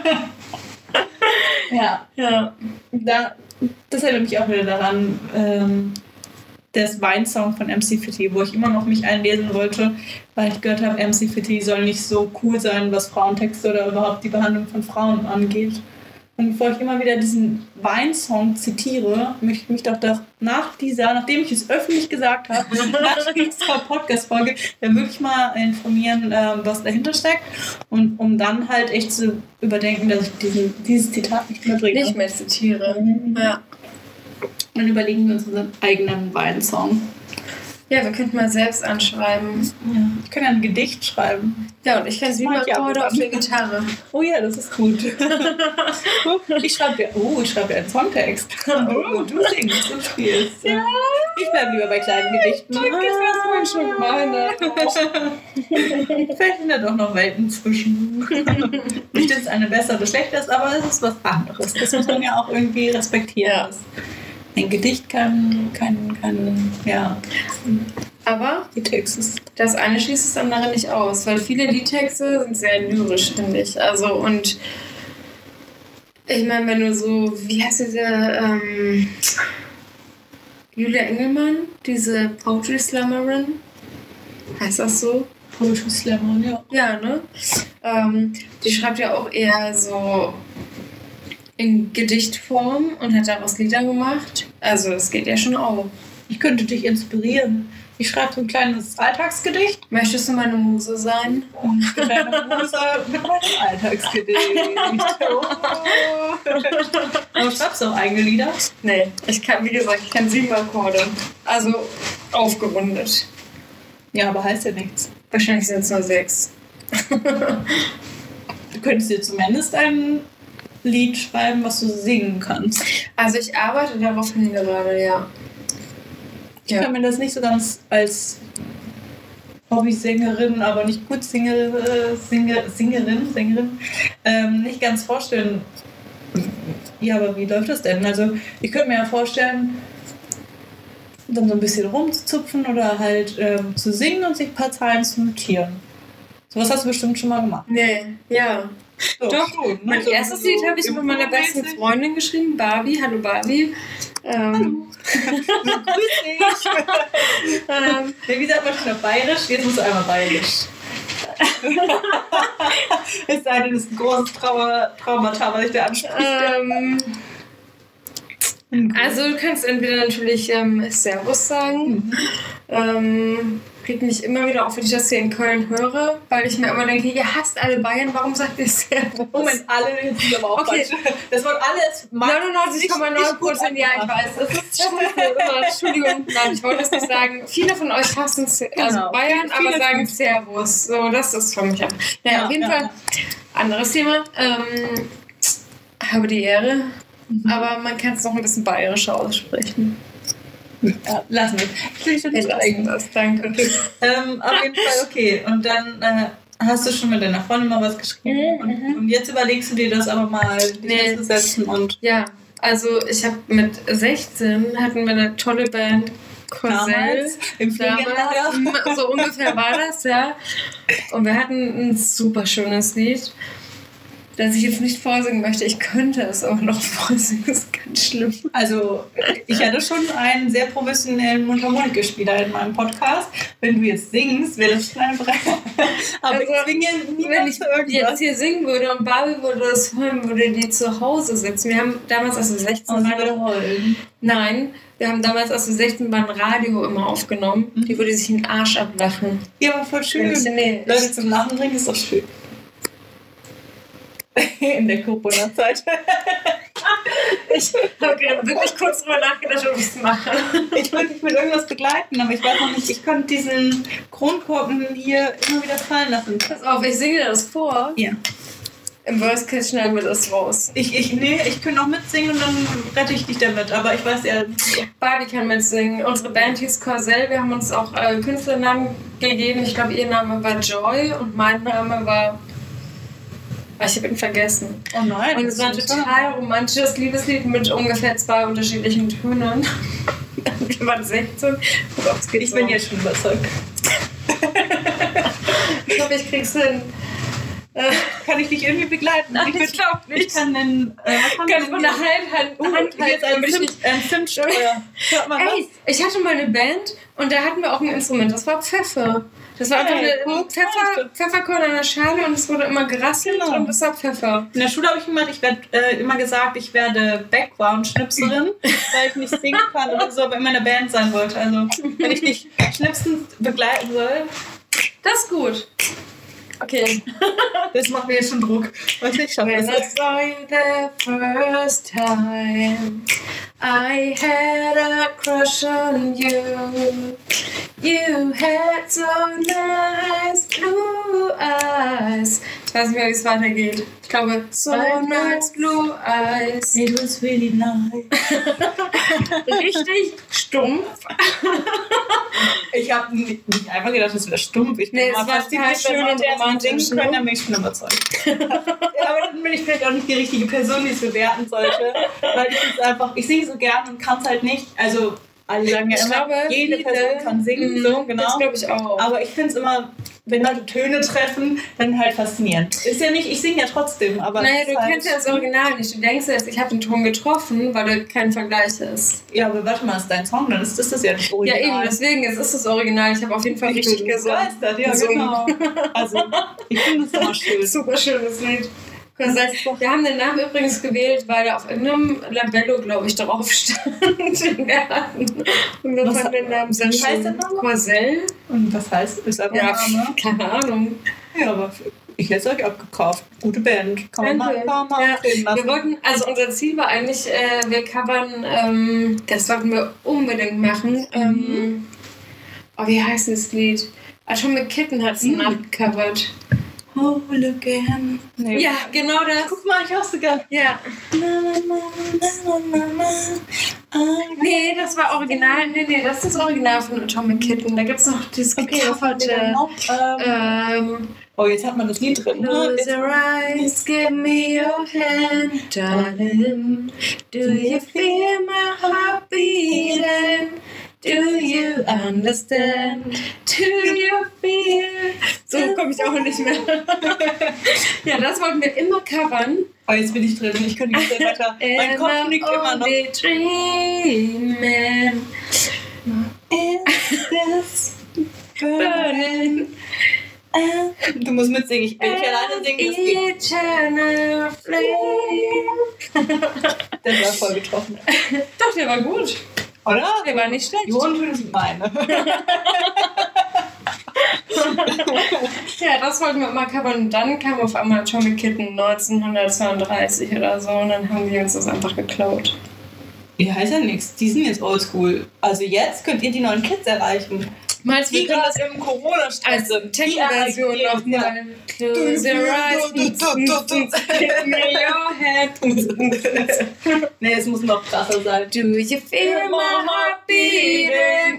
Ja. Ja. Da, das erinnert mich auch wieder daran, ähm, das Weinsong von M C Fitti, wo ich immer noch mich einlesen wollte, weil ich gehört habe, M C Fitti soll nicht so cool sein, was Frauentexte oder überhaupt die Behandlung von Frauen angeht. Und bevor ich immer wieder diesen Weinsong zitiere, möchte ich mich doch, doch nach dieser, nachdem ich es öffentlich gesagt habe, nach dieser Podcast-Folge, dann wirklich mal informieren, ähm, was dahinter steckt. Und um dann halt echt zu überdenken, dass ich diesen, dieses Zitat nicht mehr bringe. Nicht mehr zitiere. Mhm. Ja. Dann überlegen wir uns unseren eigenen Weinsong. Ja, wir könnten mal selbst anschreiben. Ja. Ich kann ja ein Gedicht schreiben. Ja, und ich kann sieben Akkorde auf der Gitarre. Oh ja, das ist gut. Ich schreibe dir, oh, ich schreibe dir einen Songtext. Oh, du singst und spielst. Ja. Ich bleibe lieber bei kleinen Gedichten. Danke, das war schon meine. Vielleicht sind da doch noch Welten zwischen. Nicht, dass es eine besser oder schlechter ist, aber es ist was anderes. Das muss man ja auch irgendwie respektieren. Ja. Ein Gedicht kann, kann, kann, ja. Aber die Texte. Das eine schließt das andere nicht aus, weil viele Liedtexte sind sehr lyrisch, finde ich. Also, und ich meine, wenn du so, wie heißt diese, ähm, Julia Engelmann, diese Poetry Slammerin, heißt das so? Poetry Slammerin, ja. Ja, ne? Ähm, die schreibt ja auch eher so in Gedichtform und hat daraus Lieder gemacht. Also das geht ja schon auch. Ich könnte dich inspirieren. Ich schreibe so ein kleines Alltagsgedicht. Möchtest du meine Muse sein? Und ich bin deine Muse mit meinem Alltagsgedicht. Oh. Aber schreibst du auch eigene Lieder? Nee, ich kann, wie gesagt, ich kann sieben Akkorde. Also aufgerundet. Ja, aber heißt ja nichts. Wahrscheinlich sind es nur sechs. Du könntest dir zumindest ein Lied schreiben, was du singen kannst. Also ich arbeite darauf hin gerade, ja. Ich ja. kann mir das nicht so ganz als Hobby-Sängerin, aber nicht gut Singer, Singer, Singerin, Sängerin, ähm, nicht ganz vorstellen. Ja, aber wie läuft das denn? Also ich könnte mir ja vorstellen, dann so ein bisschen rumzuzupfen oder halt ähm, zu singen und sich ein paar Zeilen zu notieren. Sowas hast du bestimmt schon mal gemacht. Nee, ja. Doch, Doch, schon, ne? mein so, erstes so Lied habe ich mit meiner besten impromäßig. Freundin geschrieben, Barbie. Hallo Barbie. Ähm, Grüß dich. ähm, Ja, wie sagt man schon auf Bayerisch? Jetzt musst du einmal Bayerisch. Es sei denn, es ist ein großes Trauer, Traumata, was ich da anspreche. ähm, also du kannst entweder natürlich ähm, Servus sagen. Mhm. Ähm, regt mich immer wieder auf, wenn ich das hier in Köln höre, weil ich mir immer denke, ihr hasst alle Bayern, warum sagt ihr Servus? Moment, alle, jetzt ist aber auch Okay. falsch. Das Wort alles neunundneunzig Komma neun Prozent, ja, ich weiß. Das ist immer, Entschuldigung, nein, ich wollte es nicht sagen. Viele von euch hassen Se- also Genau. Bayern, Viele aber sagen tun- Servus. So, das ist für mich. Naja, Ja, auf jeden ja, Fall, ja. anderes Thema. Ähm, habe die Ehre, aber man kann es noch ein bisschen bayerischer aussprechen. Ja, lassen wir. Ich will schon Wir nicht lassen eigen. das, danke. Ähm, auf jeden Fall, okay. Und dann äh, hast du schon mit deiner Freundin mal was geschrieben. Mhm, und, mhm. und jetzt überlegst du dir das aber mal, dich Nee. hinzusetzen und Ja, also ich habe mit sechzehn hatten wir eine tolle Band, Corsell. damals im Ferienlager. Damals, so ungefähr war das, ja. Und wir hatten ein super schönes Lied, das ich jetzt nicht vorsingen möchte. Ich könnte es aber noch vorsingen, das ist ganz schlimm. Also, ich hatte schon einen sehr professionellen Mundharmonikspieler in meinem Podcast. Wenn du jetzt singst, wäre das schon ein Brett. Aber Also, ich zwinge Wenn niemanden ich zu irgendwas. jetzt hier singen würde und Barbie würde das hören, würde die zu Hause sitzen. Wir haben damals, als wir sechzehn Und sie waren, würde heulen. nein, wir haben damals, als wir sechzehn waren, Radio immer aufgenommen. Mhm. Die würde sich den Arsch ablachen. Ja, aber voll schön. Wenn ich- nee, Leute zum Lachen bringen ist doch schön. In der Corona-Zeit. Ich habe gerade wirklich kurz drüber nachgedacht, ob ich es mache. Ich wollte dich mit irgendwas begleiten, aber ich weiß noch nicht, ich konnte diesen Kronkorken hier immer wieder fallen lassen. Pass auf, ich singe dir das vor. Ja. Im Worst Case schneiden wir das raus. Ich, ich, nee, ich könnte auch mitsingen und dann rette ich dich damit, aber ich weiß ja. Barbie kann mitsingen. Unsere Band hieß Corsell. Wir haben uns auch äh, Künstlernamen gegeben. Ich glaube, ihr Name war Joy und mein Name war... Ah, ich habe ihn vergessen. Oh nein. Und es war ein total romantisches Liebeslied mit ungefähr zwei unterschiedlichen Tönen. Wir waren sechzehn. Oh Gott, es geht Ich so. bin jetzt schon überzeugt. Ich hoffe, ich krieg's hin. Äh, Kann ich dich irgendwie begleiten? Nein, ich ich glaub nicht. Ich kann den. Äh, was haben kann wir von denn der hier? Hand, Hand, Uh, Hand hier ist ein damit ich Zimt, nicht- ein Zimtsteuer. Hört mal Ey, ich hatte mal eine Band und da hatten wir auch ein Instrument, das war Pfeffer. Das war einfach Hey, eine cool. Pfeffer, Pfefferkorn in einer Schale und es wurde immer gerasselt Genau. und es war Pfeffer. In der Schule habe ich immer, ich werd, äh, immer gesagt, ich werde Background-Schnipserin, weil ich nicht singen kann oder so, aber immer in der Band sein wollte. Also, wenn ich nicht schnipsen begleiten soll, Das ist gut. Okay. das macht mir jetzt schon Druck. Was ich schaffe. When I Das. saw you the first time, I had a crush on you. You had so nice blue eyes. Ich weiß nicht mehr, wie es weitergeht. Ich glaube, so nice blue eyes. It was really nice. Richtig stumpf. Ich habe nicht, nicht einfach gedacht, das wäre stumpf. Ich bin Nee, mal es war fast total schön schön und und singen romantisch, können, ne? dann bin ich schon überzeugt. Ja, aber dann bin ich vielleicht auch nicht die richtige Person, die es bewerten sollte. Weil ich es einfach, ich singe so gern und kann es halt nicht. Also, alle sagen ja Ich immer, glaube, jede viele- Person kann singen, Mhm, so, genau. Das glaube ich auch. Aber ich finde es immer, wenn Leute Töne treffen, dann halt faszinierend. Ist ja nicht, ich singe ja trotzdem, aber. Naja, es ist du halt, kennst ja das Original nicht. Du denkst jetzt, ich habe den Ton getroffen, weil da kein Vergleich ist. Ja, aber warte mal, ist dein Song, dann ist das, das ja das Ja, Original. eben, deswegen, es ist das Original. Ich habe auf jeden Fall Ich richtig bin gesungen. begeistert, ja, Gesungen. genau. Also, ich finde es immer schön. Super schönes Lied. Wir haben den Namen übrigens gewählt, weil da auf irgendeinem Labello, glaube ich, drauf stand. Wir hatten und wir Was- fanden den Namen sehr wie schön. heißt der Name? Corsell? Und was heißt das? Ist einfach Ja, ein Name? keine Ahnung. Ja, aber ich hätte es euch abgekauft. Gute Band. Kann man mal, Danke. kann man mal Ja, auftreten lassen. wir wollten, also unser Ziel war eigentlich, äh, wir covern, ähm, das wollten wir unbedingt machen. Ähm, oh, wie heißt das Lied? Atomic Kitten hat es Mhm. nachgecovert. Whole again. Nee. Ja, genau das. Guck mal, ich auch sogar. Ja. Nee, das war original. Nee, nee, das ist das Original von Atomic Kitten. Da gibt es noch dieses Okay, was hat der gecoverte. noch? Ähm, Ähm, oh, jetzt hat man das Lied drin. Ne? Close Jetzt- your eyes, give me your hand, darling. Do you feel my heart beating? Do you understand? Do you feel? So komme ich auch nicht mehr. Ja, das wollten wir immer covern. Oh, jetzt bin ich drin. Ich kann nicht mehr weiter. Mein Kopf liegt immer noch. Dreaming. Is this burning? Du musst mitsingen. Ich will nicht alleine singen. Das geht. Eternal flame. Der war voll getroffen. Doch, der war gut. Oder? Der war nicht schlecht. Die Ohren sind meine. Ja, das wollten wir mal covern. Und dann kam auf einmal Tommy Kitten neunzehnhundertzweiunddreißig oder so. Und dann haben die uns das einfach geklaut. Die heißt ja nichts. Die sind jetzt oldschool. Also jetzt könnt ihr die neuen Kids erreichen. Meinst du, Die wir können gerade im Corona-Stress sind. Techno-Version nochmal. Close your eyes. Give me your hand. Nee, es muss noch krasser sein. Do you feel my heart beating?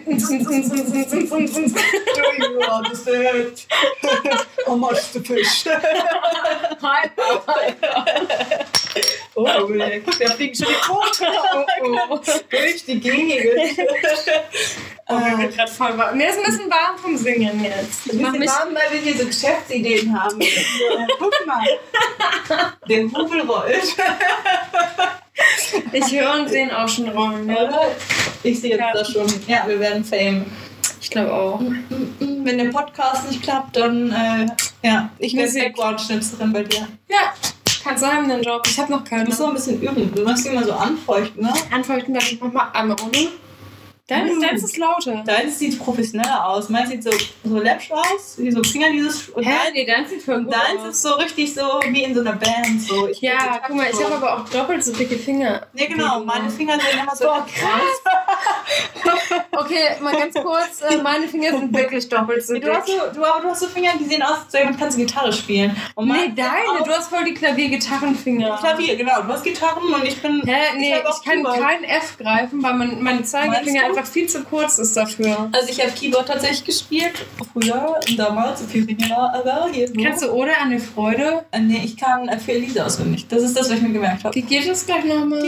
Do you understand? How much to fish? Oh, guck, da fliegen schon die Quote oh, oh. durch die Gegend. Oh, mir wird gerade voll warm. Mir ist ein bisschen warm vom Singen jetzt. Ich mach mich warm, weil wir hier so Geschäftsideen haben. Guck mal. Der Hubel rollt. Ich höre und sehe auch schon rollen. Ja? Ich sehe jetzt ja. das schon. Ja, wir werden Fame. Ich glaube auch. Wenn der Podcast nicht klappt, dann äh, ja, ich bin Background-Schnitzerin bei dir. Ja. Kannst du haben den Job? Ich habe noch keinen. Du musst noch ein bisschen üben. Du musst ihn mal so anfeuchten, ne? Anfeuchten, warte, ich mach mal einmal ohne. Dein, mm. deins ist lauter. Deins sieht professioneller aus. Meins sieht so, so läppsch aus, wie so Finger dieses. Und Hä? Dein, nee, deins sieht voll gut deins aus. ist so richtig so wie in so einer Band. So. Ich ja, guck mal, ich habe aber auch doppelt so dicke Finger. Nee, genau. Meine Finger sind immer so. Boah, krass. Okay, mal ganz kurz. Äh, meine Finger sind wirklich doppelt so dick. Du hast so, du, aber du hast so Finger, die sehen aus, als jemand kannst du Gitarre spielen. Und nee, deine. Du hast voll die Klavier-Gitarrenfinger. Klavier, genau. Du hast Gitarren und ich bin. Hä? Nee, ich, ich kann Keyboard. Kein F greifen, weil mein, mein Zeigefinger einfach viel zu kurz ist dafür. Also ich habe Keyboard tatsächlich gespielt, früher, damals, so viel weniger, aber hier so. Kannst du Ode an die Freude? Äh, nee, ich kann äh, für Elisa auswendig. Das ist das, was ich mir gemerkt habe. Wie geht das gleich nochmal?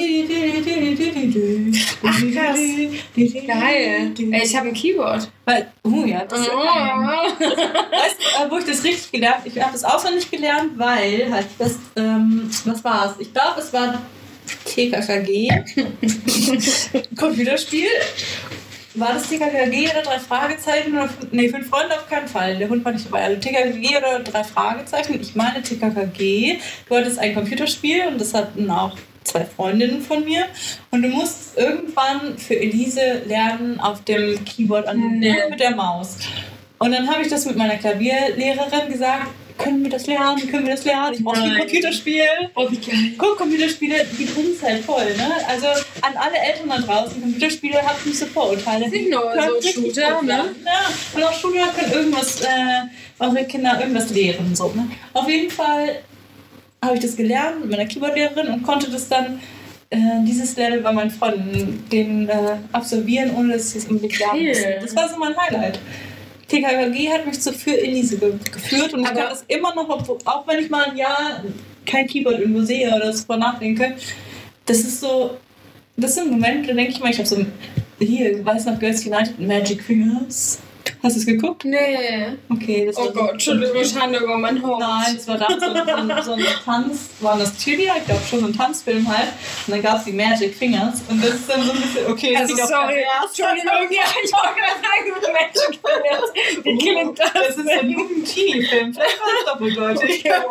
Ach krass. Geil. Ey, ich habe ein Keyboard. Weil, oh ja, das ist ja geil. Weißt du, äh, wo ich das richtig gelernt habe? Ich habe das auswendig gelernt, weil, halt, das, ähm, was war es? Ich glaube, es war T K K G. Computerspiel. War das T K K G oder drei Fragezeichen? Oder fünf, nee, fünf Freunde auf keinen Fall. Der Hund war nicht dabei. Also T K K G oder drei Fragezeichen. Ich meine T K K G. Du hattest ein Computerspiel und das hatten auch zwei Freundinnen von mir. Und du musst irgendwann für Elise lernen auf dem Keyboard an nee. mit der Maus. Und dann habe ich das mit meiner Klavierlehrerin gesagt. Können wir das lernen? Können wir das lernen? Ich brauche ein Computerspiel. Oh, wie geil. Guck, Computerspiele, die bringen es halt voll, ne? Also an alle Eltern da draußen, Computerspiele habt nicht so Vorurteile. Nicht nur so Shooter, ne? Ja, und auch Shooter können irgendwas, äh, eure Kinder irgendwas lehren, so, ne? Auf jeden Fall habe ich das gelernt mit meiner Keyboardlehrerin und konnte das dann, äh, dieses Level bei meinen Freunden, den äh, absolvieren, ohne dass sie es unbedingt lernen müssen. Das war so mein Highlight. T K K G hat mich so für Elise geführt und ich kann das immer noch, auch wenn ich mal ein Jahr kein Keyboard irgendwo sehe oder darüber nachdenke, das ist so, das sind Momente, da denke ich mal, ich habe so, hier, weiß noch, Girls United, Magic Fingers. Hast du es geguckt? Nee. Okay, das oh war Gott, so, Entschuldigung, Schande über mein Haupt. Nein, das war damals so, so, so ein Tanz, waren das Cheerleader? Ich glaube schon so ein Tanzfilm halt. Und dann gab es die Magic Fingers. Und das ist dann so ein bisschen, okay, das also sieht sorry, Entschuldigung, ja, ich wollte gerade sagen, Magic Fingers. Wie klingt das? Das ist ein Jugend-Teenie-Film. Vielleicht war das doppeldeutig. Okay,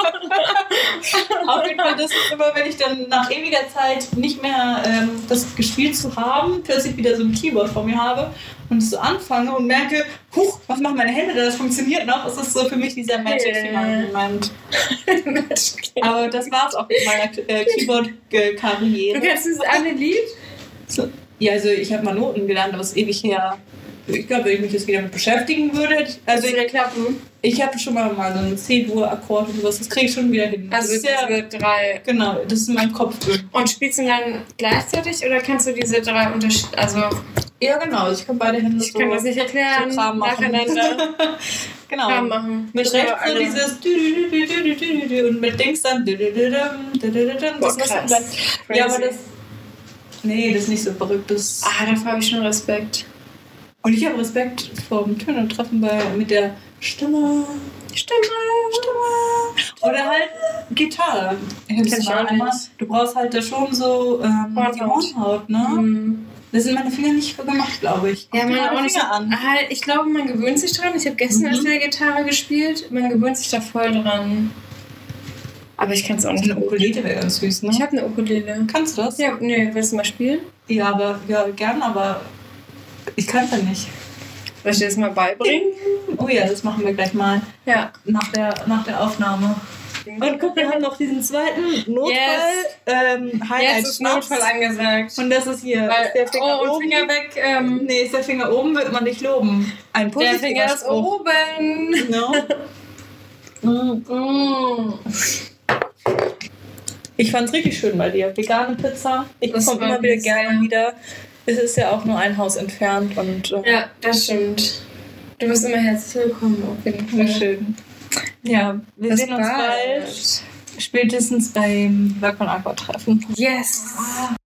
wow. Auf jeden Fall, das ist immer, wenn ich dann nach ewiger Zeit nicht mehr ähm, das gespielt zu haben, plötzlich wieder so ein Keyboard vor mir habe und so anfange und merke, huch, was machen meine Hände da, das funktioniert noch. Es ist so für mich dieser Magic-Finger-Moment. Aber das war's auch mit meiner äh, Keyboard-Karriere. Du kennst dieses eine Lied? So. Ja, also ich habe mal Noten gelernt, aber es ist ewig her. Ich glaube, wenn ich mich jetzt wieder mit beschäftigen würde, hätte ich, also ich, klappen. ich habe schon mal, mal so einen C-Dur-Akkord und sowas, das kriege ich schon wieder hin. Also das diese ja, drei. Genau, das ist in meinem Kopf drin. Und spielst du dann gleichzeitig oder kannst du diese drei Unterschiede, also... Ja, genau, also ich kann beide Hände ich so... Ich kann das nicht erklären, so Kram machen. nacheinander. Genau. Kram machen. Mit rechts so dieses und mit links dann das was dann bleibt. Ja, aber das... Nee, das ist nicht so verrückt. Das ah, dafür habe ich schon Respekt. Und ich habe Respekt vor dem Töne-Treffen bei, mit der Stimme. Stimme. Stimme. Oder halt Gitarre. Kenn ich auch einmal. nicht. Du brauchst halt da schon so ähm, Hornhaut. die Hornhaut, ne? Mhm. Das sind meine Finger nicht für gemacht, glaube ich. Ja, Guck dir man meine auch nicht so, Finger an. ah, ich glaube, man gewöhnt sich dran. Ich habe gestern Mhm. erst wieder Gitarre gespielt. Man gewöhnt sich da voll dran. Aber ich kann es auch nicht. Eine Ukulele wäre ganz süß, ne? Ich habe eine Ukulele. Kannst du das? Ja, nee, willst du mal spielen? Ja, aber ja, gern, aber ich kann es ja nicht. Soll ich dir das mal beibringen? Oh ja, das machen wir gleich mal Ja. nach der, nach der Aufnahme. Und guck, wir haben noch diesen zweiten Notfall. Yes. Ähm, Highlight Jetzt ist Notfall angesagt. Und das ist hier. Weil, ist der Finger oh, und oben. Finger weg. Ähm, Nee, ist der Finger oben, wird man nicht loben. Ein der positiver Finger ist Spruch. oben. No? Mm. Ich fand's richtig schön bei dir. Vegane Pizza. Ich Das komme war immer wieder süß, gerne ja. wieder. Es ist ja auch nur ein Haus entfernt und äh, Ja, das stimmt. Du bist immer herzlich willkommen auf jeden Fall. schön. Ja, wir Bis sehen uns bald. Spätestens beim Work von Aqua Treffen. Yes.